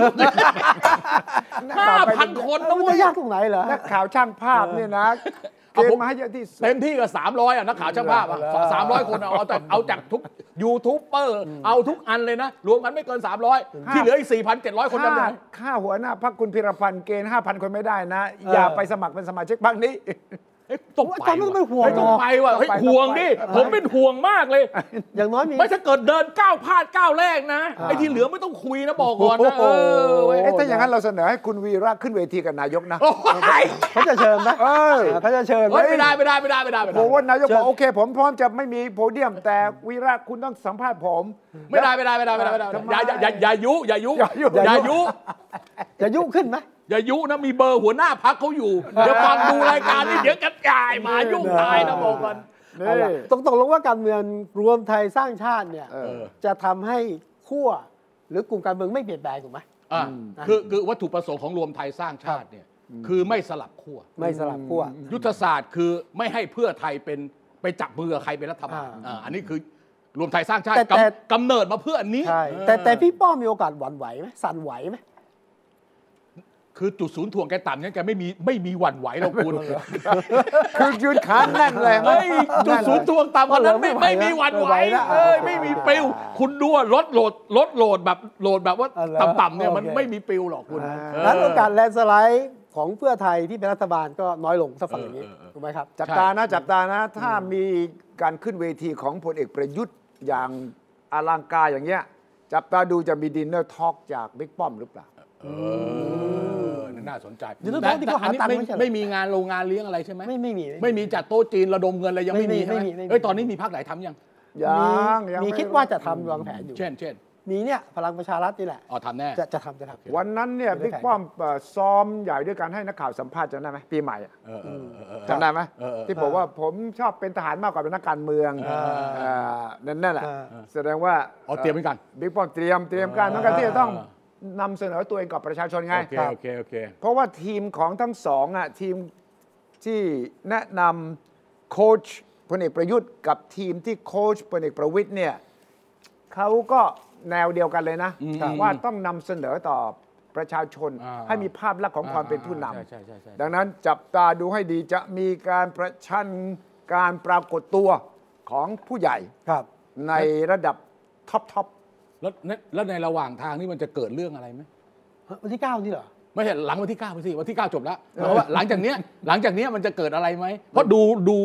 5,000 คนนะมันยากตรงไหนเหรอนักข่าวช่างภาพเนี่ยนะเกณฑ์มาให้เยอะที่สุดเต็มที่ก็300นักข่าวช่างภาพ300 คนเอาจากทุกยูทูบเบอร์เอาทุกอันเลยนะรวมกันไม่เกิน300ที่เหลืออีก 4,700 คนนั่นเองค่าหัวหน้าพรรคคุณพิรพันธ์เกณฑ์ 5,000 คนไม่ได้นะอย่าไปสมัครเป็นสมาชิกพรรคนี้ต้องไปต้องไปว่ะห่วงดิผมเป็นห่วงมากเลยอย่างน้อยมีไม่ถ้าเกิดเดินก้าวพลาดก้าวแรกนะไอ้ที่เหลือไม่ต้องคุยนะบอกก่อนนะถ้าอย่างนั้นเราเสนอให้คุณวีระขึ้นเวทีกับนายกนะเขาจะเชิญนะเขาจะเชิญไม่ได้บอกว่านายกบอกโอเคผมพร้อมจะไม่มีโพเดียมแต่วีระคุณต้องสัมภาษณ์ผมไม่ได้อย่ายุขึ้นไหมอย่ายุนะมีเบอร์หัวหน้าพรรคเขาอยู่เดี๋ยวฟังดูรายการนี้เดี๋ยวกระจายมายุ่งตายนะบอกกันตกลงว่าการเมืองรวมไทยสร้างชาติเนี่ยจะทำให้ขั้วหรือกลุ่มการเมืองไม่เปลี่ยนแปลงถูกไหมคือวัตถุประสงค์ของรวมไทยสร้างชาติเนี่ยคือไม่สลับขั้วยุทธศาสตร์คือไม่ให้เพื่อไทยเป็นไปจับมือกับใครเป็นรัฐบาลอันนี้คือรวมไทยสร้างชาติกำเนิดมาเพื่ออันนี้แต่พี่ป้อมมีโอกาสหวั่นไหวไหมสั่นไหวไหมคือจุดศูนย์ถ่วงแกต่ำเนี่ยแกไม่มีหวั่นไหวหรอกคุณคือยืนขาแน่นเลยจุดศูนย์ถ่วงต่ำขนาดนั้นไม่มีหวั่นไหวไม่มีปิวคุณดูว่าลดโหลดแบบว่าต่ำๆเนี่ยมันไม่มีปิวหรอกคุณแล้วโอกาสแลนด์สไลด์ของเพื่อไทยที่เป็นรัฐบาลก็น้อยลงสักฝั่งอย่างนี้ถูกไหมครับจับตานะถ้ามีการขึ้นเวทีของพลเอกประยุทธ์อย่างอลังการอย่างเงี้ยจับตาดูจะมีดินเนอร์ทอล์กจากบิ๊กป้อมหรือเปล่าน่าสนใจแต่อันนี้ไม่มีงานโรงงานเลี้ยงอะไรใช่ไหมไม่มีจัดโต๊ะจีนระดมเงินอะไรยังไม่มีใช่ไหมตอนนี้มีพรรคไหนทำยังมีคิดว่าจะทำวางแผนอยู่เช่นมีเนี่ยพลังประชารัฐนี่แหละทำแน่จะทำวันนั้นเนี่ยบิ๊กป้อมซ้อมใหญ่ด้วยการให้นักข่าวสัมภาษณ์จำได้ไหมปีใหม่จำได้ไหมที่บอกว่าผมชอบเป็นทหารมากกว่าเป็นนักการเมืองนั่นแหละแสดงว่าเตรียมเหมือนกันบิ๊กป้อมเตรียมการเหมือนกันที่จะต้องนำเสนอตัวเองกับประชาชนไงโอเคเพราะว่าทีมของทั้งสองทีมที่แนะนำโค้ชพลเอกประยุทธ์กับทีมที่โค้ชพลเอกประวิตรเนี่ยเขาก็แนวเดียวกันเลยนะว่าต้องนำเสนอต่อประชาชนให้มีภาพลักษณ์ของความเป็นผู้นำดังนั้นจับตาดูให้ดีจะมีการประชันการปรากฏตัวของผู้ใหญ่ในระดับท็อปแล้วในระหว่างทางนี่มันจะเกิดเรื่องอะไรไหมวันที่9นี่เหรอไม่ใช่หลังวันที่9ไปสิวันที่9จบแล้วเพราะว่าหลังจากเนี้ยมันจะเกิดอะไรไหมเพราะดู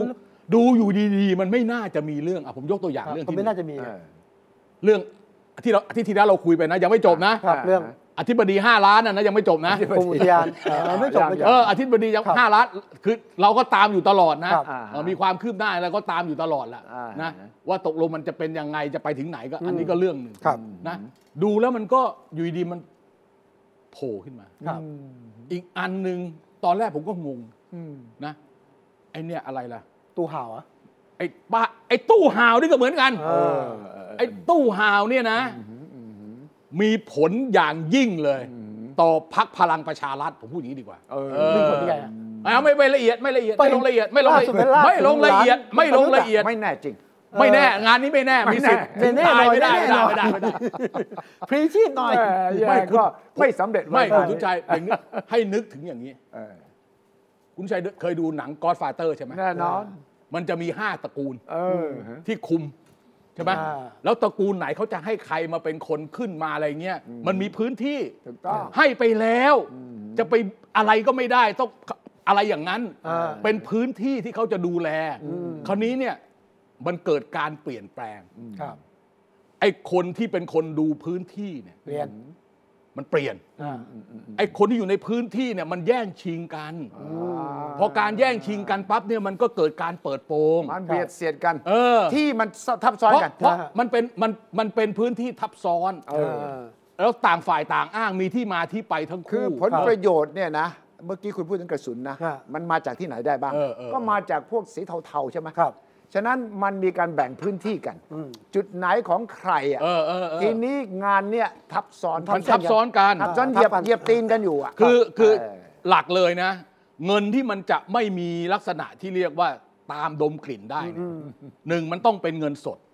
ดูอยู่ดีๆมันไม่น่าจะมีเรื่องผมยกตัวอย่างเรื่องที่ไม่น่าจะมีเรื่องที่ที่แล้วเราคุยไปนะยังไม่จบนะครับเรื่องอธิบดี5 ล้านนะยังไม่จบนะกรมอุทยานไม่จบอธิบดียัง5 ล้านคือเราก็ตามอยู่ตลอดนะมีความคืบหน้าแล้วก็ตามอยู่ตลอดแหละนะว่าตกลงมันจะเป็นยังไงจะไปถึงไหนก็อันนี้ก็เรื่องหนึ่งนะดูแล้วมันก็อยู่ดีมันโผล่ขึ้นมาอีกอันหนึ่งตอนแรกผมก็งงนะไอเนี่ยอะไรล่ะตู้ห่าวไอ้ตู้ห่าวนี่ก็เหมือนกันไอ้ตู้ห่าวเนี่ยนะมีผลอย่างยิ่งเลยต่อพรรคพลังประชารัฐผมพูดอย่างนี้ดีกว่ามีผลยังไงไม่ละเอียดไม่ลงละเอียดไม่ลงละเอียดไม่แน่จริงไม่แน่งานนี้ไม่แน่มีสิทธิ์ไม่แน่ไม่ได้พรีชีพหน่อยไม่สำเร็จไม่คุณชัยให้นึกถึงอย่างนี้คุณชัยเคยดูหนัง Godfather ใช่ไหมแน่นอนมันจะมี5 ตระกูลที่คุมใช่ไหมแล้วตระกูลไหนเขาจะให้ใครมาเป็นคนขึ้นมาอะไรเงี้ยมันมีพื้นที่ให้ไปแล้วจะไปอะไรก็ไม่ได้ต้องอะไรอย่างนั้นเป็นพื้นที่ที่เขาจะดูแลคราวนี้เนี่ยมันเกิดการเปลี่ยนแปลงไอ้คนที่เป็นคนดูพื้นที่เนี่ยมันเปลี่ยนไอ้คนที่อยู่ในพื้นที่เนี่ยมันแย่งชิงกันพอการแย่งชิงกันปั๊บเนี่ยมันก็เกิดการเปิดโปงมันเบียดเสียดกันที่มันทับซ้อนกันเพราะมันเป็นพื้นที่ทับซ้อนแล้วต่างฝ่ายต่างอ้างมีที่มาที่ไปทั้งคู่คือผลประโยชน์เนี่ยนะเมื่อกี้คุณพูดถึงกระสุนนะมันมาจากที่ไหนได้บ้างก็มาจากพวกสีเทาๆใช่ไหมครับฉะนั้นมันมีการแบ่งพื้นที่กันจุดไหนของใครอ่ะทีนี้งานเนี่ยทับซ้อนมันทับซ้อนกันทับซ้อนเหยียบตีนกันอยู่อ่ะคือหลักเลยนะเงินที่มันจะไม่มีลักษณะที่เรียกว่าตามดมกลิ่นได้หนึ่งมันต้องเป็นเงินสด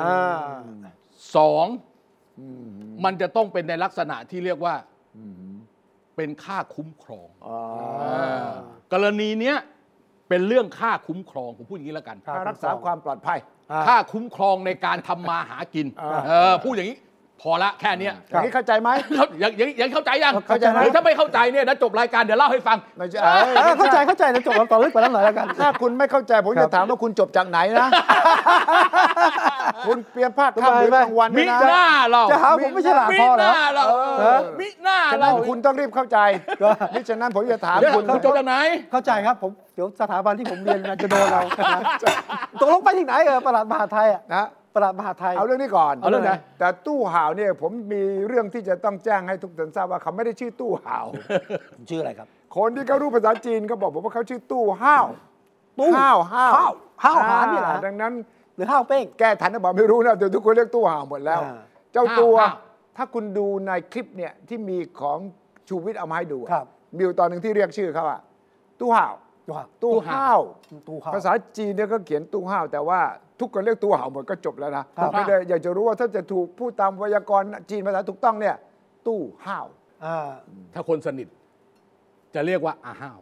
2มันจะต้องเป็นในลักษณะที่เรียกว่าเป็นค่าคุ้มครองกรณีเนี้ยเป็นเรื่องค่าคุ้มครองผมพูดอย่างนี้แล้วกันค่ารักษาความปลอดภัยค่าคุ้มครองในการทำมาหากินพูดอย่างนี้พอละแค่นี้อย่างนี้เข้าใจไหมยังเข้าใจยังเข้าใจไหมถ้าไม่เข้าใจเนี่ยนะจบรายการเดี๋ยวเล่าให้ฟังเข้าใจนะจบตอนลึกไปแล้วหน่อยแล้วกันถ้าคุณไม่เข้าใจผมจะถามว่าคุณจบจากไหนนะคุณเปลี่ยนภาคค่ำหรือกลางวันมิหน้าเราจะหาผมไม่ฉลาดพอแล้วมิหน้าเราคุณต้องรีบเข้าใจมิฉะนั้นผมจะถามคุณจบจากไหนเข้าใจครับผมเดี๋ยวสถาบันที่ผมเรียนจะโดนเราตกลงไปที่ไหนปลัดมหาดไทยนะปลัดมหาดไทยเอาเรื่องนี้ก่อนเอาเรื่องไหนแต่ตู้ห่าวเนี่ยผมมีเรื่องที่จะต้องแจ้งให้ทุกท่านทราบว่าเขาไม่ได้ชื่อตู้ห่าวชื่ออะไรครับคนที่เขารู้ภาษาจีนก็บอกผมว่าเขาชื่อตู้ห่าวห่าวหานนี่แหละดังนั้นหรือห่าวเป้งแก้ทันนะบอกไม่รู้นะแต่ทุกคนเรียกตู้ห่าวหมดแล้วเจ้าตัวถ้าคุณดูในคลิปเนี่ยที่มีของชูวิทย์เอามาให้ดูมีอยู่ตอนหนึ่งที่เรียกชื่อเขาอะตู้ห่าวตู้ห่าวภาษาจีนเนี่ยก็เขียนตู้ห่าวแต่ว่าทุกคนเรียกตู้ห่าวหมดก็จบแล้วนะไม่ได้อยากจะรู้ว่าถ้าจะถูกพูดตามไวยากรณ์จีนภาษาถูกต้องเนี่ยตู้ห่าวถ้าคนสนิทจะเรียกว่าอาห่าว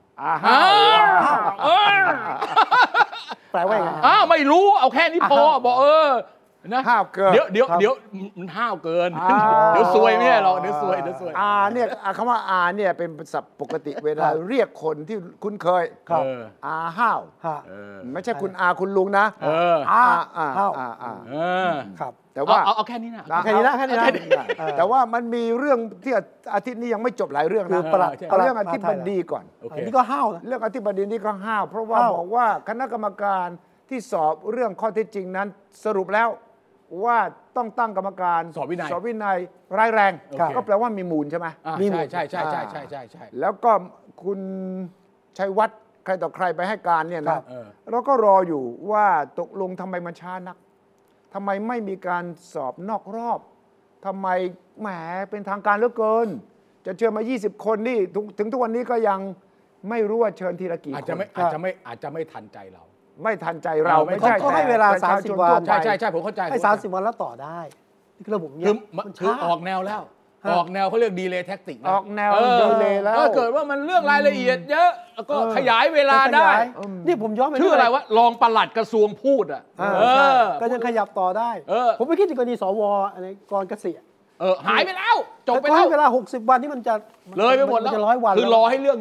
แปลว่าไงไม่รู้เอาแค่นี้พอบอกนะห้าวเกินเดี๋ยวมันห้าวเกินเดี๋ยวซวยไม่ใช่หรอกเดี๋ยวซวยเนี่ยคำว่าเนี่ยเป็นศัพท์ปกติเวลาเรียกคนที่คุ้นเคยห้าวไม่ใช่คุณคุณลุงนะห้าวครับแต่ว่าเอาแค่นี้นะแค่นี้นะแต่ว่ามันมีเรื่องที่อาทิตย์นี้ยังไม่จบหลายเรื่องนะเอาเรื่องอธิบดีก่อนนี่ก็ห้าวเรื่องอธิบดีนี่ก็ห้าวเพราะว่าบอกว่าคณะกรรมการที่สอบเรื่องข้อเท็จจริงนั้นสรุปแล้วว่าต้องตั้งกรรมการสอบวินัยร้ายแรงก็แปลว่ามีมูลใช่ไหมมีมูลใช่แล้วก็คุณชัยวัฒน์ใครต่อใครไปให้การเนี่ยนะเราก็รออยู่ว่าตกลงทำไมมันช้านักทำไมไม่มีการสอบนอกรอบทำไมแหมเป็นทางการเหลือเกินจะเชิญมา20คนนี่ถึงทุกวันนี้ก็ยังไม่รู้ว่าเชิญทีละกี่คนอาจจะไม่ทันใจเราไม่ทันใจเราไม่ใช่เขาให้เวลา30 วันใช่ผมเข้าใจให้30 วันแล้วต่อได้คือระบบเนี้ยคือออกแนวแล้วออกแนวเขาเรียกดีเลย์แท็กติกออกแนวดีเลย์แล้วถ้าเกิดว่ามันเรื่องรายละเอียดเยอะก็ขยายเวลาได้นี่ผมย้อนไปชื่ออะไรวะรองปลัดกระทรวงพูดก็ยังขยับต่อได้ผมไม่คิดถึงกรณีสวอะไรกรเกษียณหายไปแล้วจบไปแล้วเวลา60 วันที่มันจะเลยไปหมดแล้วจะ100 วันคือรอให้เรื่องเงียบ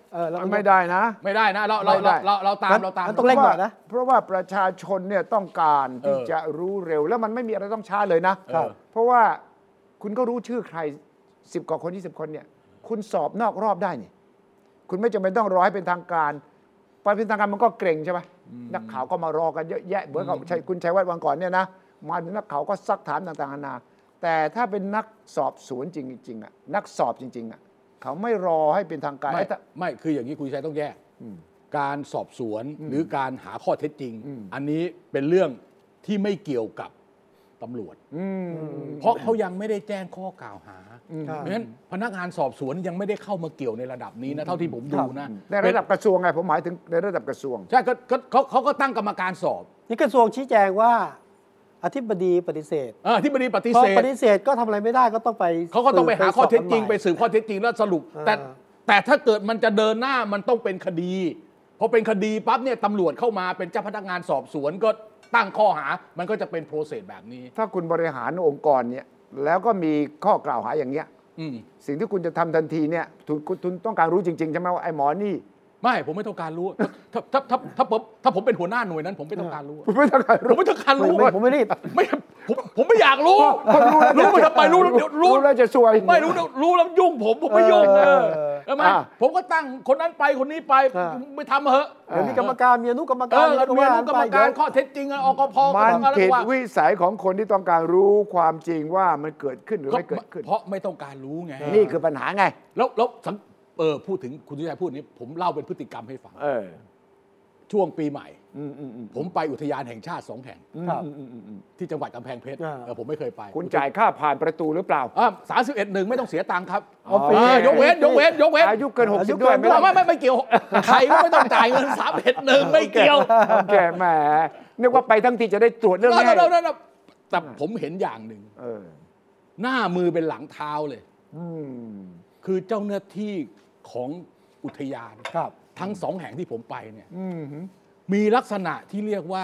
ไม่ได้นะไม่ได้นะเราตามต้องเร่งหน่อยนะเพราะว่าประชาชนเนี่ยต้องการที่จะรู้เร็วแล้วมันไม่มีอะไรต้องช้าเลยนะเพราะว่าคุณก็รู้ชื่อใคร10 กว่าคน20 คนเนี่ยคุณสอบนอกรอบได้นี่คุณไม่จำเป็นต้องรอให้เป็นทางการไปเป็นทางการมันก็เกรงใช่ไหมนักข่าวก็มารอกันเยอะแยะเหมือนกับคุณชัยวัฒน์วันก่อนเนี่ยนะมาถึงนักข่าวก็ซักถามต่างๆนานาแต่ถ้าเป็นนักสอบสวนจริงๆอ่ะนักสอบจริงๆอ่ะเขาไม่รอให้เป็นทางการไม่คืออย่างนี้คุณชัยต้องแยกการสอบสวนหรือการหาข้อเท็จจริงอันนี้เป็นเรื่องที่ไม่เกี่ยวกับตำรวจเพราะเขายังไม่ได้แจ้งข้อกล่าวหาเพราะฉะนั้นพนักงานสอบสวนยังไม่ได้เข้ามาเกี่ยวในระดับนี้นะเท่าที่ผมดูนะในระดับกระทรวงไงผมหมายถึงในระดับกระทรวงใช่เขาก็ตั้งกรรมการสอบนี่กระทรวงชี้แจงว่าอธิบดีปฏิเสธอธิบดีปฏิเสธปฏิเสธก็ทำอะไรไม่ได้ก็ต้องไปเขาก็ต้องไปหาข้อเท็จจริงไปสืบข้อเท็จจริงแล้วสรุปแต่ถ้าเกิดมันจะเดินหน้ามันต้องเป็นคดีพอเป็นคดีปั๊บเนี่ยตำรวจเข้ามาเป็นเจ้าพนักงานสอบสวนก็ตั้งข้อหามันก็จะเป็นโปรเซสแบบนี้ถ้าคุณบริหารองค์กรเนี่ยแล้วก็มีข้อกล่าวหาอย่างเงี้ยสิ่งที่คุณจะทำทันทีเนี่ยคุณต้องการรู้จริงๆใช่ไหมว่าไอ้หมอนี่ไม่ผมไม่ต้องการรู้ถ้าผมเป็นหัวหน้าหน่วยนั้นผมไม่ต้องการรู้ผมไม่ต้องการรู้ผมไม่รีบผมไม่อยากรู้ไม่ทำไมรู้แล้วจะซวยไม่รู้แล้วยุ่งผมไม่ยุ่งใช่ไหมผมก็ตั้งคนนั้นไปคนนี้ไปไม่ทำเหอะมีกรรมการมีอนุกรรมการข้อเท็จจริงอกพ. มันผิดวิสัยของคนที่ต้องการรู้ความจริงว่ามันเกิดขึ้นหรือไม่เกิดขึ้นเพราะไม่ต้องการรู้ไงนี่คือปัญหาไงแล้วพูดถึงคุณสุชัยพูดนี้ผมเล่าเป็นพฤติกรรมให้ฟังช่วงปีใหม่ผมไปอุทยานแห่งชาติ2 แห่งที่จังหวัดกำแพงเพชรผมไม่เคยไปคุณจ่ายค่าผ่านประตูหรือเปล่า 31.1ไม่ต้องเสียตังค์ครับยกเว้นอายุเกิน60ด้วยไม่เกี่ยวใครก็ไม่ต้องจ่ายเงิน31.1ไม่เกี่ยวแกแหมนึกว่าไปทั้งทีจะได้ตรวจเรื่องนี้แต่ผมเห็นอย่างหนึ่งหน้ามือเป็นหลังเท้าเลยคือเจ้าหน้าที่ของอุทยานทั้ง2 แห่งที่ผมไปเนี่ยมีลักษณะที่เรียกว่า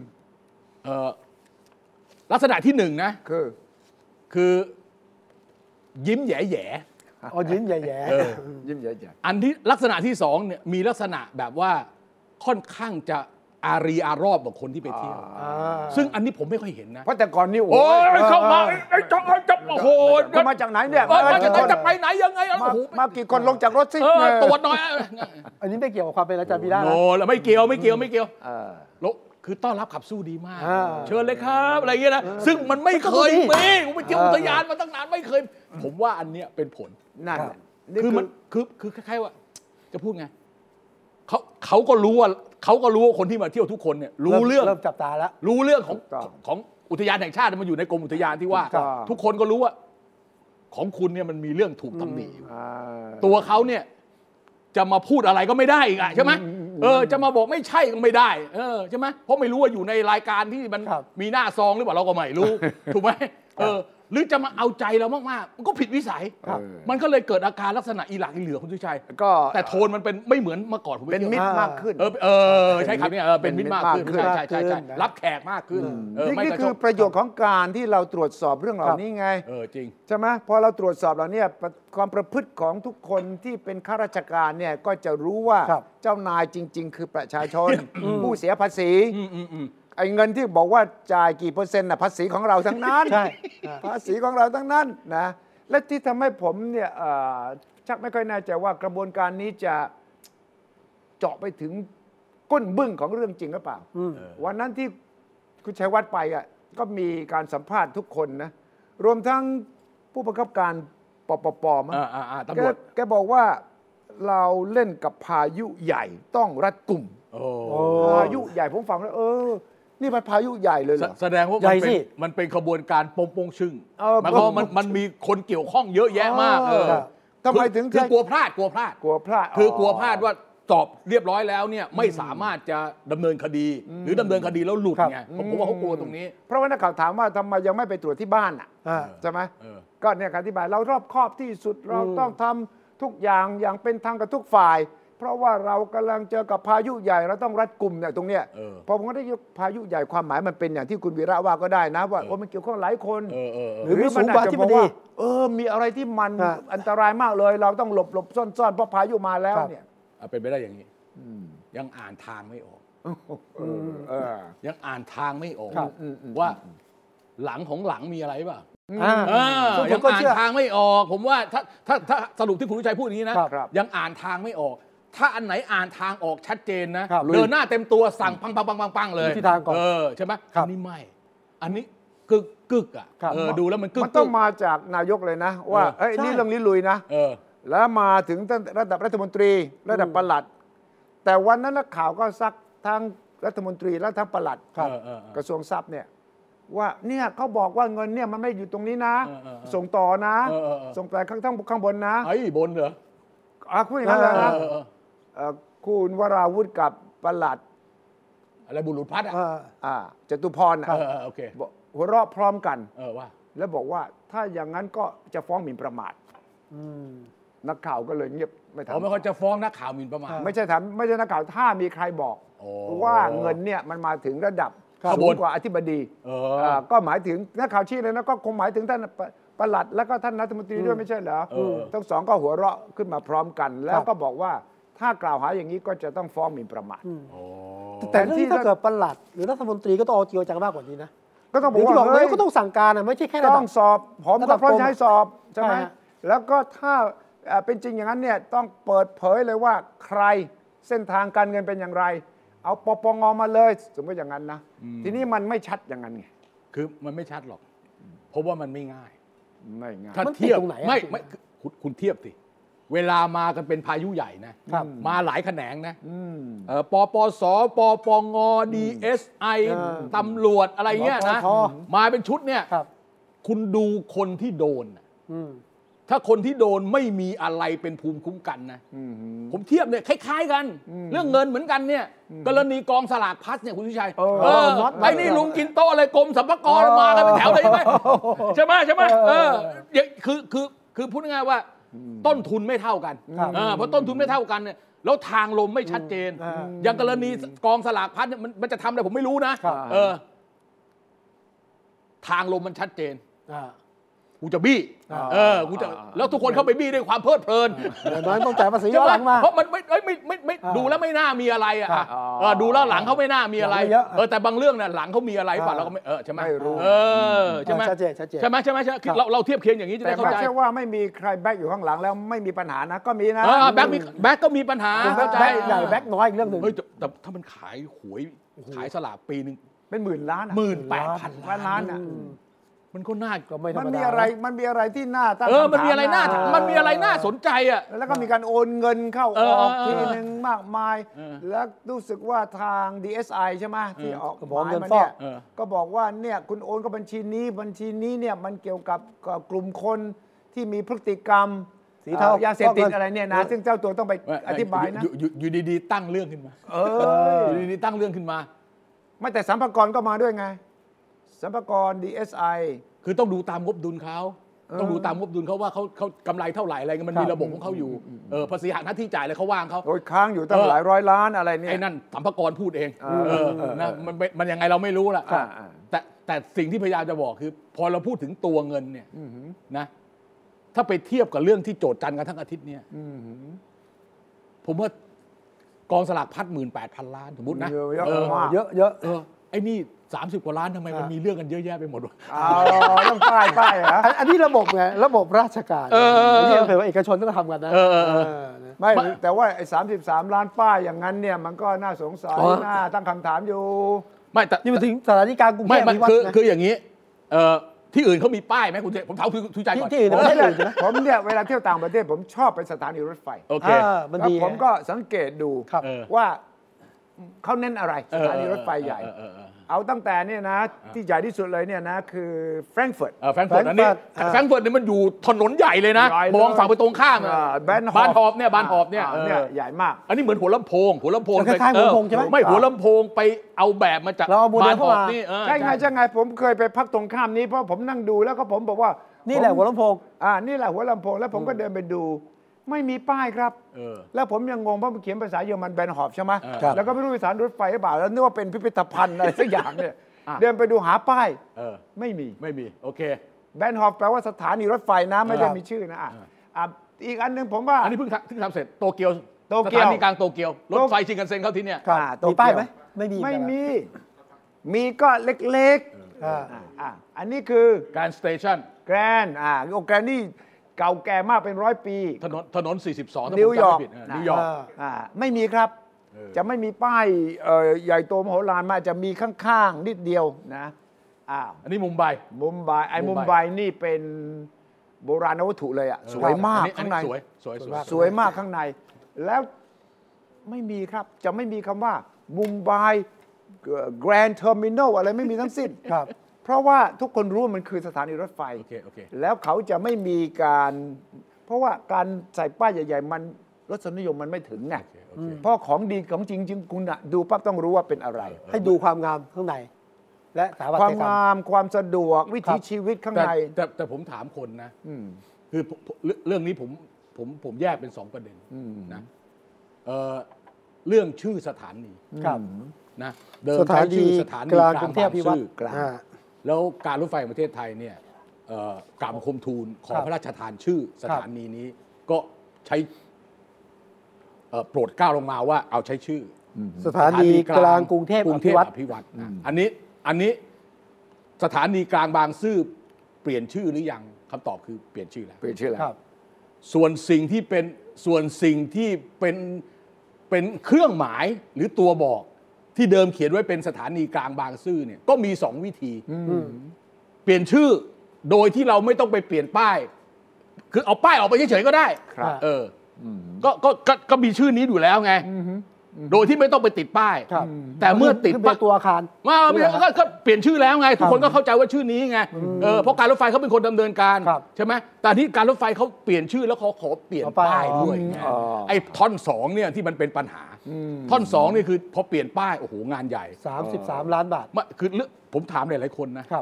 ลักษณะที่1นะคือยิ้มแย่ๆยิ้มแย่ๆยิ้มแย่ๆอันที่ลักษณะที่2เนี่ยมีลักษณะแบบว่าค่อนข้างจะอารีอารอบกับคนที่ไปเที่ยวซึ่งอันนี้ผมไม่ค่อยเห็นนะเพราะแต่ก่อนนี่โอ้ยเข้ามาจับโอ้โหมาจากไหนเนี่ยจะไปไหนยังไงมากี่คนลงจากรถสิตรวจหน่อยอันนี้ไม่เกี่ยวกับความเป็นอาจารย์วีระโอ้แล้วไม่เกี่ยวแล้วคือต้อนรับขับสู้ดีมากเชิญเลยครับอะไรอย่างเงี้ยนะซึ่งมันไม่เคยมีผมไปเที่ยวอุทยานมาตั้งนานไม่เคยผมว่าอันเนี้ยเป็นผลนั่นคือมันคือคล้ายๆว่าจะพูดไงเขาก็รู้ว่าคนที่มาเที่ยวทุกคนเนี่ยรู้เรื่องเริ่มจับตาแล้วรู้เรื่องของอุทยานแห่งชาติมันอยู่ในกรมอุทยานที่ว่าทุกคนก็รู้ว่าของคุณเนี่ยมันมีเรื่องถูกตำหนิอยู่ตัวเขาเนี่ยจะมาพูดอะไรก็ไม่ได้อีกใช่ไหมจะมาบอกไม่ใช่ก็ไม่ได้ใช่ไหมเพราะไม่รู้ว่าอยู่ในรายการที่มันมีหน้าซองหรือเปล่าเราก็ไม่รู้ถูกไหมหรือจะมาเอาใจเรามากๆมันก็ผิดวิสัยมันก็เลยเกิดอาการลักษณะอีหลักอีเหลือคุณสุชัยแต่โทนมันเป็นไม่เหมือนเมื่อก่อนผมเป็นมิตรมากขึ้นใช่ครับเนี่ยเป็นมิตรมากขึ้นใช่รับแขกมากขึ้นนี่คือประโยชน์ของการที่เราตรวจสอบเรื่องเหล่านี้ไงจริงใช่ไหมพอเราตรวจสอบเหล่านี้ความประพฤติของทุกคนที่เป็นข้าราชการเนี่ยก็จะรู้ว่าเจ้านายจริงๆคือประชาชนผู้เสียภาษีไอ้เงินที่บอกว่าจ่ายกี่%น่ะภาษีของเราทั้งนั้นใช่ภาษีของเราทั้งนั้นนะและที่ทำให้ผมเนี่ยชักไม่ค่อยแน่ใจว่ากระบวนการนี้จะเจาะไปถึงก้นบึ้งของเรื่องจริงหรือเปล่าวันนั้นที่คุณชัยวัฒน์ไปก็มีการสัมภาษณ์ทุกคนนะรวมทั้งผู้บังคับการปปมั้งแกบอกว่าเราเล่นกับพายุใหญ่ต้องรัดกุมพายุใหญ่ผมฟังแล้วนี่มันพายุใหญ่เลยเหรอแสดงว่ามันเป็นขบวนการปงชึ่งหมายความว่ามันมีคนเกี่ยวข้องเยอะแยะมากทำไมถึงคือกลัวพลาดคือกลัวพลาดว่าสอบเรียบร้อยแล้วเนี่ยไม่สามารถจะดำเนินคดีหรือดำเนินคดีแล้วหลุดไงผมว่าเขากลัวตรงนี้เพราะว่านักข่าวถามว่าทำไมยังไม่ไปตรวจที่บ้านใช่ไหมก็เนี่ยการอธิบายเรารอบคอบที่สุดเราต้องทำทุกอย่างเป็นธรรมกับทุกฝ่ายเพราะว่าเรากำลังเจอกับพายุใหญ่เราต้องรัดกุมเนี่ยตรงเนี้ยพอผมก็ได้ยกพายุใหญ่ความหมายมันเป็นอย่างที่คุณวีระว่าก็ได้นะว่ามันเกี่ยวข้องหลายคนหรือมันอาจจะบอกว่ามีอะไรที่มันอันตรายมากเลยเราต้องหลบซ่อนเพราะพายุมาแล้วเนี่ยเป็นไปได้อย่างนี้ยังอ่านทางไม่ออกยังอ่านทางไม่ออกว่าหลังของหลังมีอะไรป่ะยังอ่านทางไม่ออกผมว่าถ้าสรุปที่คุณวิชัยพูดอย่างนี้นะยังอ่านทางไม่ออกถ้าอันไหนอ่านทางออกชัดเจนนะเดินหน้าเต็มตัวสั่งปังเลยที่ทางก่อนใช่ไหมอันนี้ไม่อันนี้กึกอ่ะดูแล้วมันกึกมันต้องมาจากนายกเลยนะว่านี่เรื่องนี้ลุยนะแล้วมาถึงระดับรัฐมนตรีระดับปลัดแต่วันนั้นนักข่าวก็ซักทั้งรัฐมนตรีและทั้งปลัดกระทรวงทรัพย์เนี่ยว่าเนี่ยเขาบอกว่าเงินเนี่ยมันไม่อยู่ตรงนี้นะส่งต่อนะส่งไปข้างบนนะไอ้บนเหรอคุยอย่างนั้นเลยนะคุณวราวุธกับปลัดอะไรบุรุษพัฒน์จตุพรโอเคหัวเราะพร้อมกันว่าแล้วบอกว่าถ้าอย่างนั้นก็จะฟ้องหมิ่นประมาทนักข่าวก็เลยเงียบไม่ถามไม่ค่อยจะฟ้องนักข่าวหมิ่นประมาทไม่ใช่ถามไม่ใช่นักข่าวถ้ามีใครบอกว่าเงินเนี่ยมันมาถึงระดับสูงกว่าอธิบดีก็หมายถึงนักข่าวชี้เลยนะก็คงหมายถึงท่านปลัดแล้วก็ท่านรัฐมนตรีด้วยไม่ใช่เหรอทั้งสองก็หัวเราะขึ้นมาพร้อมกันแล้วก็บอกว่าถ้ากล่าวหาอย่างนี้ก็จะต้องฟ้องหมิ่นประมาทแต่ที่ถ้าเกิดปลัดหรือรัฐมนตรีก็ต้องเอาจริงจังมากกว่านี้นะก็ต้องบอกว่าก็ต้องสั่งการไม่ใช่แค่ต้องสอบผมก็พร้อมจะให้สอบใช่ไหมแล้วก็ถ้าเป็นจริงอย่างนั้นเนี่ยต้องเปิดเผยเลยว่าใครเส้นทางการเงินเป็นอย่างไรเอาปปงมาเลยสมมติอย่างนั้นนะทีนี้มันไม่ชัดอย่างนั้นไงคือมันไม่ชัดหรอกเพราะว่ามันไม่ง่ายถ้าเทียบไม่คุณเทียบสิเวลามากันเป็นพายุใหญ่นะมาหลายแขนงนะปปสปปง DSI ตำรวจอะไรเงี้ยนะมาเป็นชุดเนี่ยคุณดูคนที่โดนถ้าคนที่โดนไม่มีอะไรเป็นภูมิคุ้มกันนะผมเทียบเนี่ยคล้ายๆกันเรื่องเงินเหมือนกันเนี่ยกรณีกองสลากพลัสเนี่ยคุณวิชัยไอ้นี่ลุงกินโต๊ะอะไรกรมสรรพากรมากันเป็นแถวเลยใช่ไหมใช่ไหมคือพูดง่ายๆว่าต้นทุนไม่เท่ากันเพราะต้นทุนไม่เท่ากันเนี่ยแล้วทางลมไม่ชัดเจนอย่างกรณีกองสลากพลัสเนี่ยมันจะทำอะไรผมไม่รู้นะทางลมมันชัดเจนกูจะบี้กูจะแล้วทุกคนเข้าไปบี้ด้วยความเพลิดเพลินน้อยต้องจ่ายภาษีย้อนหลังมาเพราะมันไม่ดูแล้วไม่น่ามีอะไรดูแล้วหลังเขาไม่น่ามีอะไรแต่บางเรื่องเนี่ยหลังเขามีอะไรป่ะเราก็ไม่ใช่ไหมไม่รู้ใช่ไหมชัดเจนใช่ไหมเราเทียบเคียงอย่างนี้จะได้เข้าใจแต่ไม่ใช่ว่าไม่มีใครแบ็กอยู่ข้างหลังแล้วไม่มีปัญหานะก็มีนะแบ็กก็มีปัญหาเข้าใจใหญ่แบ็กน้อยอีกเรื่องหนึ่งแต่ถ้ามันขายหวยขายสลากปีนึงเป็นหมื่นล้าน 18,000 ล้านอ่ะมันก็น่าก็ไม่ธรรมดามันมีอะไรที่น่าตั้งมันมีอะไรน่าสนใจอ่ะแล้วก็มีการโอนเงินเข้าออกทีนึงมากมายแล้วรู้สึกว่าทาง DSI ใช่ไหมที่ออกหมายมาเนี่ยก็บอกว่าเนี่ยคุณโอนก็บัญชีนี้เนี่ยมันเกี่ยวกับกลุ่มคนที่มีพฤติกรรมสีเทายาเสพติดอะไรเนี่ยนะซึ่งเจ้าตัวต้องไปอธิบายนะอยู่ดีๆตั้งเรื่องขึ้นมาอยู่ดีๆตั้งเรื่องขึ้นมาไม่แต่สรรพากรก็มาด้วยไงสรรพากร DSI คือต้องดูตามงบดุลเขาต้องดูตามงบดุลเขาว่าเขากำไรเท่าไหร่อะไรเงี้ยมันมีระบบของเขาอยู่ภาษีหักหน้าที่จ่ายอะไรเขาว่างเขาโดยค้างอยู่ตั้งหลายร้อยล้านอะไรเนี่ยไอ้นั่นสรรพากรพูดเองนะมันยังไงเราไม่รู้ละแต่สิ่งที่พยายามจะบอกคือพอเราพูดถึงตัวเงินเนี่ยนะถ้าไปเทียบกับเรื่องที่โจทย์จันกันทั้งอาทิตย์เนี่ยผมว่ากองสลากพัด18,000 ล้านสมมตินะเยอะไอ้นี่30 กว่าล้านทำไมมันมีเรื่องกันเยอะแยะไปหมดวะต้องป้ายเหรออันนี้ระบบไงระบบราชการนี่เป็นว่าเอกชนต้องทำกันนะไม่แต่ว่าไอ้33 ล้านป้ายอย่างนั้นเนี่ยมันก็น่าสงสัยน่าตั้งคำถามอยู่ไม่แต่นี่มาถึงสถานีกลางกรุงเทพคืออย่างนี้ที่อื่นเขามีป้ายไหมคุณเจผมถามทุกใจก่อนที่อื่นไม่ใช่เลยนะผมเนี่ยเวลาเที่ยวต่างประเทศผมชอบไปสถานีรถไฟโอเคแล้วผมก็สังเกตดูว่าเขาเน้นอะไรสถานีรถไฟใหญ่เอาตั้งแต่เนี่ยนะที่ใหญ่ที่สุดเลยเนี่ยนะคือแฟรงก์เฟิร์ตอันนี้แฟรงก์เฟิร์ตเนี่ยมันอยู่ถนนใหญ่เลยนะมองฝั่งไปตรงข้ามบ้านหอบเนี่ยใหญ่มากอันนี้เหมือนหัวลำโพงคล้ายๆหัวลำโพงใช่ไหมไม่หัวลำโพงไปเอาแบบมาจากบ้านหอบนี่ใช่ไงผมเคยไปพักตรงข้ามนี้เพราะผมนั่งดูแล้วก็ผมบอกว่านี่แหละหัวลำโพงนี่แหละหัวลำโพงแล้วผมก็เดินไปดูไม่มีป้ายครับแล้วผมยังงงเพราะมันเขียนภาษาเยอรมันแบนหอบใช่ไหมแล้วก็ไม่รู้ภาษารถไฟหรือเปล่าแล้วนึกว่าเป็นพิพิธภัณฑ์อะไรสักอย่างเนี่ยเดินไปดูหาป้ายไม่มีโอเคแบนหอบแปลว่าสถานีรถไฟนะไม่ได้มีชื่อนะอีกอันนึงผมว่าอันนี้เพิ่งทำเสร็จโตเกียวสถานีกลางโตเกียวรถไฟชินคันเซ็นเข้าที่เนี่ยมีป้ายไหมไม่มีก็เล็กๆอันนี้คือแกรนด์สเตชันแกรนด์แกรนด์นี่เก่าแก่มากเป็น100 ปีถนน42 นิวยอร์กนิวยอร์กไม่มีครับจะไม่มีป้ายใหญ่โตมโหฬารมาจะมีข้างๆนิดเดียวนะอันนี้มุมไบมุมไบนี่เป็นโบราณวัตถุเลยอ่ะสวยมากข้างในสวยมากข้างในแล้วไม่มีครับจะไม่มีคำว่ามุมไบแกรนด์เทอร์มินอลอะไรไม่มีทั้งสิ้นเพราะว่าทุกคนรู้มันคือสถานีรถไฟแล้วเขาจะไม่มีการเพราะว่าการใส่ป้ายใหญ่ๆมันรสนิยมมันไม่ถึงไงเพราะของดีของจริงๆคุณดูปั๊บต้องรู้ว่าเป็นอะไรให้ดูความงามข้างในและความงามความสะดวกวิถีชีวิตข้างในแต่ผมถามคนนะคือเรื่องนี้ผมแยกเป็น2 ประเด็นนะเรื่องชื่อสถานีนะเดิมใช้ชื่อสถานีกลางบางซื่อแล้วการรถไฟประเทศไทยเนี่ยกราบบังคมทูลขอพระราชทานชื่อสถานีนี้ก็ใช้โปรดเกล้าลงมาว่าเอาใช้ชื่อสถานีกลางกรุงเทพอภิวัตรอันนี้สถานีกลางบางซื่อเปลี่ยนชื่อหรือยังคำตอบคือเปลี่ยนชื่อแล้วส่วนสิ่งที่เป็นเครื่องหมายหรือตัวบอกที่เดิมเขียนไว้เป็นสถานีกลางบางซื่อเนี่ยก็มี2 วิธีเปลี่ยนชื่อโดยที่เราไม่ต้องไปเปลี่ยนป้ายคือเอาป้ายออกไปเฉยๆก็ได้ก็มีชื่อนี้อยู่แล้วไงโดยที่ไม่ต้องไปติดป้ายแต่เมื่อติดตัวอาคารก็เปลี่ยนชื่อแล้วไงทุกคนก็เข้าใจว่าชื่อนี้ไงเพราะการรถไฟเขาเป็นคนดำเนินการใช่ไหมแต่ที่การรถไฟเขาเปลี่ยนชื่อแล้วเขาขอเปลี่ยนป้ายด้วยไอ้ท่อน2เนี่ยที่มันเป็นปัญหาท่อน2นี่คือพอเปลี่ยนป้ายโอ้โหงานใหญ่ 33 ล้านบาทคือผมถามหลายๆคนนะ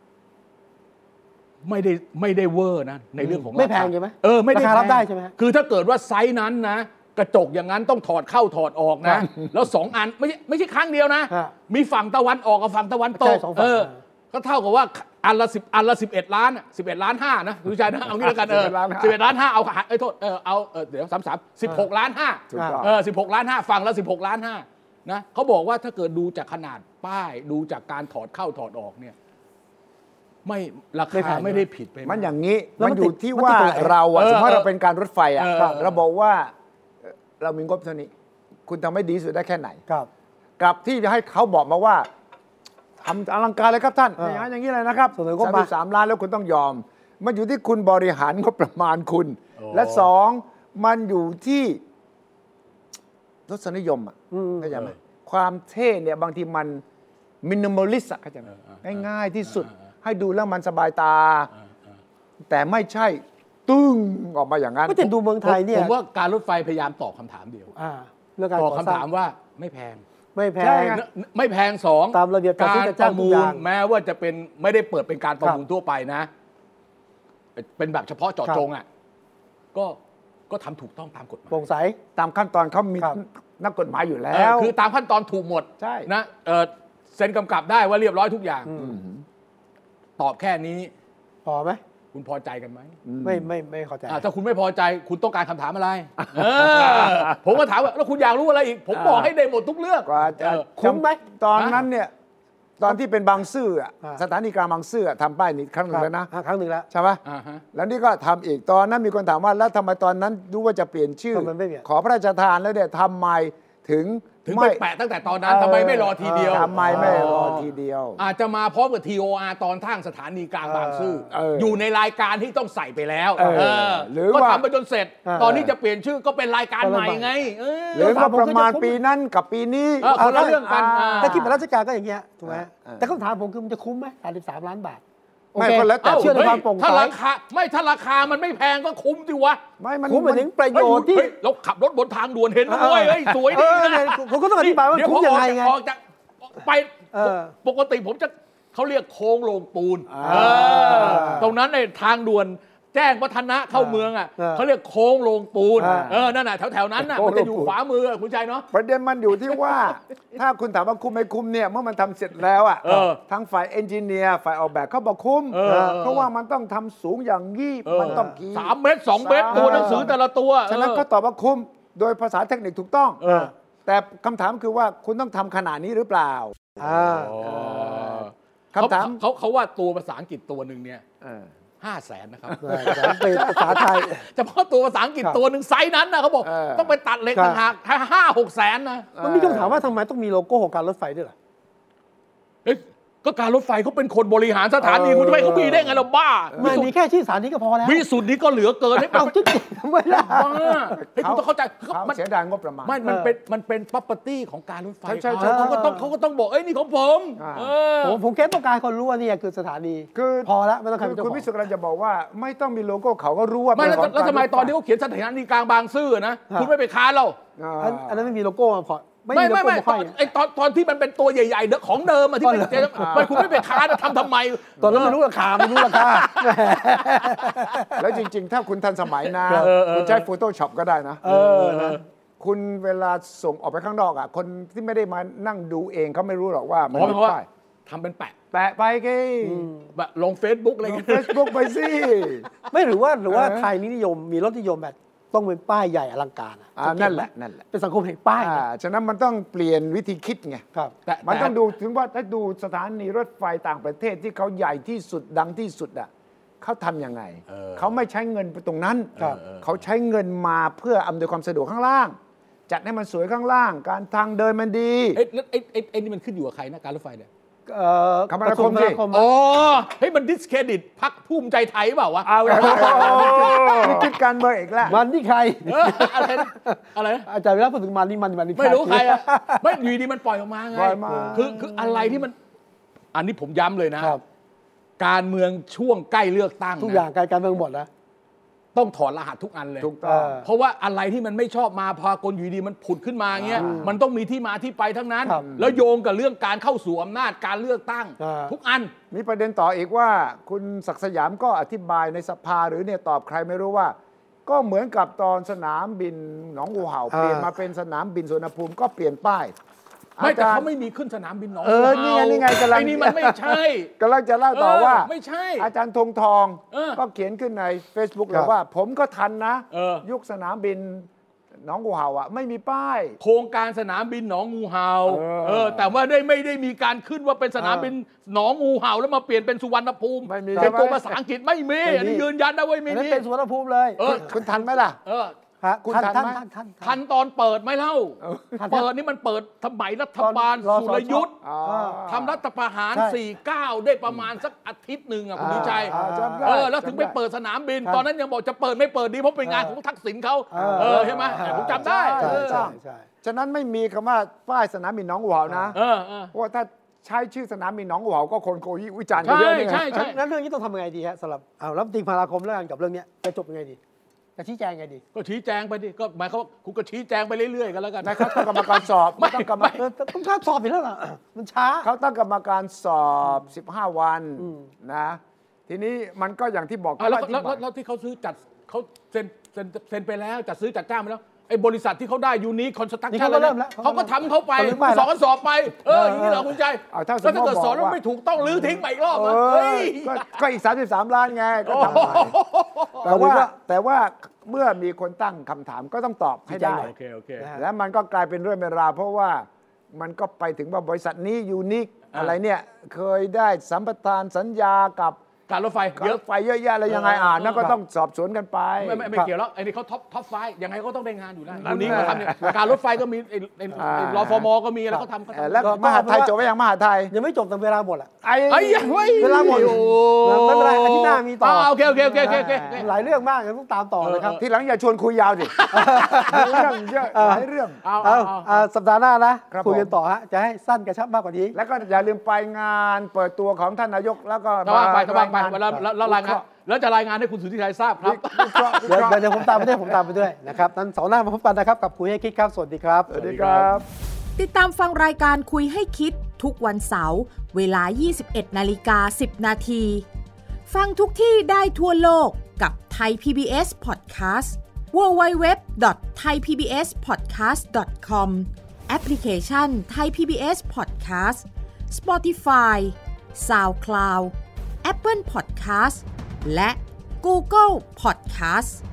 ไม่ได้เวอร์นะในเรื่องของไม่แพงใช่ไหมไม่ได้รับได้ใช่ไหมคือถ้าเกิดว่าไซส์นั้นนะกระจกอย่างนั้นต้องถอดเข้าถอดออกนะแล้ว2 อันไม่ใช่ครั้งเดียวนะมีฝั่งตะวันออกกับฝั่งตะวันตกก็เท่ากับว่าอันละ11 ล้าน11 ล้าน5นะคุณชัยนะเอางี้แล้วกัน11 ล้าน5เอาโทษเอาเดี๋ยว16 ล้าน5 16 ล้าน5ฝั่งละ16 ล้าน5นะเขาบอกว่าถ้าเกิดดูจากขนาดป้ายดูจากการถอดเข้าถอดออกเนี่ยไม่ราคาไม่ได้ผิดไปมันอย่างนี้มันอยู่ที่ว่าเราสมมติเราเป็นการรถไฟเราบอกว่าเรามีงบเท่านี้คุณทำให้ดีสุดได้แค่ไหนกับที่จะให้เขาบอกมาว่าทำอลังการเลยครับท่านอย่างนี้เลยนะครับ33 ล้านแล้วคุณต้องยอมมันอยู่ที่คุณบริหารงบประมาณคุณและ2มันอยู่ที่รสนิยมเข้าใจไหมความเท่เนี่ยบางทีมันมินิมอลิสต์เข้าใจไหมง่ายๆที่สุดให้ดูแล้วมันสบายตาแต่ไม่ใช่ตึ้งออกมาอย่างนั้นก็จะดูเมืองไทยเนี่ยผมว่าการรถไฟพยายามตอบคำถามเดียวตอบคำถามว่าไม่แพง2 ตามระเบียบการประมูลแม้ว่าจะเป็นไม่ได้เปิดเป็นการประมูลทั่วไปนะเป็นแบบเฉพาะเจาะจงก็ทำถูกต้องตามกฎหมายโปร่งใสตามขั้นตอนเขามีนักกฎหมายอยู่แล้วคือตามขั้นตอนถูกหมดนะเซ็นกำกับได้ว่าเรียบร้อยทุกอย่างตอบแค่นี้พอไหมคุณพอใจกันไหมไม่เข้าใจถ้าคุณไม่พอใจคุณต้องการคำถามอะไรผมก็ถามว่าแล้วคุณอยากรู้อะไรอีกผมบอกให้ได้หมดทุกเรื่องคุ้มไหมตอนนั้นเนี่ยตอนที่เป็นบางซื่อสถานีกลางบางซื่อทำป้ายนี้ครั้งหนึ่งแล้วนะครั้งหนึ่งแล้วใช่ไหมแล้วนี่ก็ทำอีกตอนนั้นมีคนถามว่าแล้วทำไมตอนนั้นรู้ว่าจะเปลี่ยนชื่อขอพระราชทานแล้วเนี่ยทำไมถึงไปแปะตั้งแต่ตอนนั้นทำไมไม่รอทีเดียวทำไมไม่รอทีเดียวอาจจะมาพร้อมกับ TOR ตอนทางสถานีกลางบางซื่ออยู่ในรายการที่ต้องใส่ไปแล้วหรือก็ทำไปจนเสร็จตอนนี้จะเปลี่ยนชื่อก็เป็นรายการใหม่ไงหรือว่าประมาณปีนั้นกับปีนี้คนละเรื่องกันถ้าคิดเป็นราชการก็อย่างเงี้ยถูกไหมแต่คำถามผมคือมันจะคุ้มไหม33 ล้านบาทไม่ก็แล้วแต่เชื่อในความโปร่งใสถ้าราคามันไม่แพงก็คุ้มสิวะคุ้มเหมือนถึงประโยชน์ที่เราขับรถบนทางด่วนเห็นด้วยสวยดีนะผมก็ต้องอธิบายว่าคุ้มยังไงออกจากไปปกติผมจะเขาเรียกโค้งโรงปูนตรงนั้นในทางด่วนแจ้งวัฒนะเข้าเมืองเขาเรียกโค้งโรงปูนนั่นน่ะแถวๆนั้นน่ะมันจะอยู่ขวามือคุณชัยเนาะประเด็นมันอยู่ที่ว่าถ้าคุณถามว่าคุ้มไม่คุ้มเนี่ยเมื่อมันทำเสร็จแล้วทั้งฝ่ายเอนจิเนียร์ฝ่ายออกแบบเขาบอกคุ้มเพราะว่ามันต้องทำสูงอย่างยี่มันต้องกี่ 3 เมตร 2 เมตรตัวหนังสือแต่ละตัวฉะนั้นก็ตอบว่าคุ้มโดยภาษาเทคนิคถูกต้องแต่คำถามคือว่าคุณต้องทำขนาดนี้หรือเปล่าคำถามเขาว่าตัวภาษาอังกฤษตัวหนึ่งเนี่ย500,000นะครับเป็นภาษาไทยเฉพาะตัวภาษาอังกฤษตัวหนึ่งไซส์นั้นนะเขาบอกต้องไปตัดเหล็กต่างหาก5-6 แสนนะมันมีคำถามว่าทำไมต้องมีโลโก้ของการรถไฟด้วยล่ะก็การรถไฟเขาเป็นคนบริหารสถานีคุณจะไปเขามีได้ไงเราบ้าไม่มีแค่ชื่อสถานีก็พอแล้ววิสุทธิ์นี้ก็เหลือเกินให้เอาจริงไม่ได้บ้าให้คุณต้องเข้าใจมันเสียดายงบประมาณมันเป็น property ของการรถไฟเขาก็ต้องบอกนี่ของผมแค่ต้องการคนรู้ว่านี่คือสถานีคือพอแล้วไม่ต้องใครเป็นเจ้าของคุณวิสุทธิ์กำลังจะบอกว่าไม่ต้องมีโลโก้เขาก็รู้ว่าไม่แล้วทำไมตอนที่เขาเขียนสถานีกลางบางซื่อนะคุณไม่ไปค้านเราอันนั้นไม่มีโลโก้มาพอไม่ตอนที่มันเป็นตัวใหญ่ๆของเดิมที่เป็นเจ๊ไม่คุณไม่ไปค้านทำไมตอนนั้นไม่รู้ราคาแล้วจริงๆถ้าคุณทันสมัยนะคุณใช้ Photoshop ก็ได้นะคุณเวลาส่งออกไปข้างนอกคนที่ไม่ได้มานั่งดูเองเขาไม่รู้หรอกว่ามันไม่ได้ทำเป็นแปะไปแบบลง Facebook อะไรเฟซบุ๊กไปสิไม่หรือว่าไทยนิยมมีรสนิยมแบบต้องเป็นป้ายใหญ่อลังการนั่นแหละเป็นสังคมแห่งป้ายฉะนั้นมันต้องเปลี่ยนวิธีคิดไงมันต้องดูถึงว่าถ้าดูสถานีรถไฟต่างประเทศที่เขาใหญ่ที่สุดดังที่สุดเขาทำยังไงเขาไม่ใช้เงินไปตรงนั้นเขาใช้เงินมาเพื่ออำนวยความสะดวกข้างล่างจัดให้มันสวยข้างล่างการทางเดินมันดีนี่มันขึ้นอยู่กับใครนะการรถไฟเนี่ยคมนาคมสิมันดิสเครดิตพรรคภูมิใจไทยเปล่าวะนี่คิดการเมืองอีกแล้วมันที่ใครอะไรอาจารย์เวลาพูดถึงมันนี่ไม่รู้ใครไม่อยู่ดีมันปล่อยออกมาไงคืออะไรที่มันอันนี้ผมย้ำเลยนะการเมืองช่วงใกล้เลือกตั้งทุกอย่างการเมืองหมดนะต้องถอดรหัสทุกอันเลยถูกต้องเพราะว่าอะไรที่มันไม่ชอบมาพากลอยู่ดีมันผุดขึ้นมาเงี้ยมันต้องมีที่มาที่ไปทั้งนั้นแล้วโยงกับเรื่องการเข้าสู่อำนาจการเลือกตั้งทุกอันมีประเด็นต่ออีกว่าคุณศักดิ์สยามก็อธิบายในสภาหรือเนี่ยตอบใครไม่รู้ว่าก็เหมือนกับตอนสนามบินหนองงูเห่าเปลี่ยนมาเป็นสนามบินสุวรรณภูมิก็เปลี่ยนป้ายไม่แต่เขาไม่มีขึ้นสนามบินหนองนี่ไงกำลังนี่มันไม่ใช่กำลังจะเล่าต่อว่าไม่ใช่อาจารย์ธงทองก็เขียนขึ้นใน Facebook เลยว่าผมก็ทันนะยุคสนามบินหนองงูเห่าไม่มีป้ายโครงการสนามบินหนองงูเห่าแต่ว่าไม่ได้มีการขึ้นว่าเป็นสนามบินหนองงูเห่าแล้วมาเปลี่ยนเป็นสุวรรณภูมิเป็นตัวภาษาอังกฤษไม่มีอันนี้ยืนยันนะว่าไม่มีเป็นสุวรรณภูมิเลยคุณทันไหมล่ะคุณทันตอนเปิดไหมเล่าเปิดนี่มันเปิดสมัยรัฐบาลสุรยุทธ์ทำรัฐประหาร49ได้ประมาณสักอาทิตย์หนึ่งคุณวิชัยแล้วถึงไปเปิดสนามบินตอนนั้นยังบอกจะเปิดไม่เปิดดีเพราะเป็นงานของทักษิณเขาใช่ไหมผมจำได้ฉะนั้นไม่มีคำว่าป้ายสนามบินหนองงูเห่านะเพราะว่าถ้าใช้ชื่อสนามบินหนองงูเห่าก็คนโกยวิจารณ์กันเยอะนี่ใช่แล้วเรื่องนี้ต้องทำยังไงดีฮะสำหรับรัฐมนตรีคมนาคมเรื่องกับเรื่องนี้จะจบยังไงดีจะชี้แจงไงดีก็ชี้แจงไปดิก็หมายเขาคุณก็ชี้แจงไปเรื่อยๆกันแล้วกันนะครับตั้งกรรมการสอบไม่ต้องสอบอีกแล้วล่ะมันช้าเขาตั้งกรรมการสอบ15 วันนะทีนี้มันก็อย่างที่บอกแล้วที่เขาซื้อจัดเขาเซ็นไปแล้วจัดซื้อจัดจ้างไปแล้วไอ้บริษัทที่เขาได้ยูนิคอนสตรัคชั่นอะไรเขาก็ทำเขาไปสอนสอบไปอย่างนี้เหรอคุณใจแล้วถ้าเกิดสอนแล้วไม่ถูกต้องรื้อทิ้งไปอีกรอบก็อีก33 ล้านไงก็ทำไปแต่ว่าเมื่อมีคนตั้งคำถามก็ต้องตอบให้ได้แล้วมันก็กลายเป็นเรื่องเป็นราวเพราะว่ามันก็ไปถึงว่าบริษัทนี้ยูนิคอะไรเนี่ยเคยได้สัมปทานสัญญากับการรถไฟเยอะแยะอะไรยังไงนั่นก็ต้องสอบสวนกันไปไม่เกี่ยวแล้วไอ้นี่เขาท็อปไฟยังไงก็ต้องได้งานอยู่แล้ววันนี้เขาทำเนี่ยการรถไฟก็มีรฟมก็มีแล้วเขาทำแล้วมหาไทยจบไปยังมหาไทยยังไม่จบแต่เวลาหมดอ่ะเวลาหมดไม่เป็นไรอาทิตย์หน้ามีต่อโอเคหลายเรื่องมากต้องตามต่อเลยครับทีหลังอย่าชวนคุยยาวสิเรื่องเยอะหลายเรื่องสัปดาห์หน้านะคุยกันต่อฮะจะให้สั้นกระชับมากกว่านี้แล้วก็อย่าลืมไปงานเปิดตัวของท่านนายกแล้วก็ไปแล้วรายงานแล้วจะรายงานให้คุณสุทธิชัยทราบครับเดี๋ยวผมตามไปด้วยนะครับนั้นเสาร์หน้ามาพบกันนะครับกับคุยให้คิดครับสวัสดีครับสวัสดีครับติดตามฟังรายการคุยให้คิดทุกวันเสาร์เวลา 21:10 นาทีฟังทุกที่ได้ทั่วโลกกับ Thai PBS Podcast www.thaipbspodcast.com แอปพลิเคชัน Thai PBS Podcast Spotify SoundCloud Apple Podcast และ Google Podcast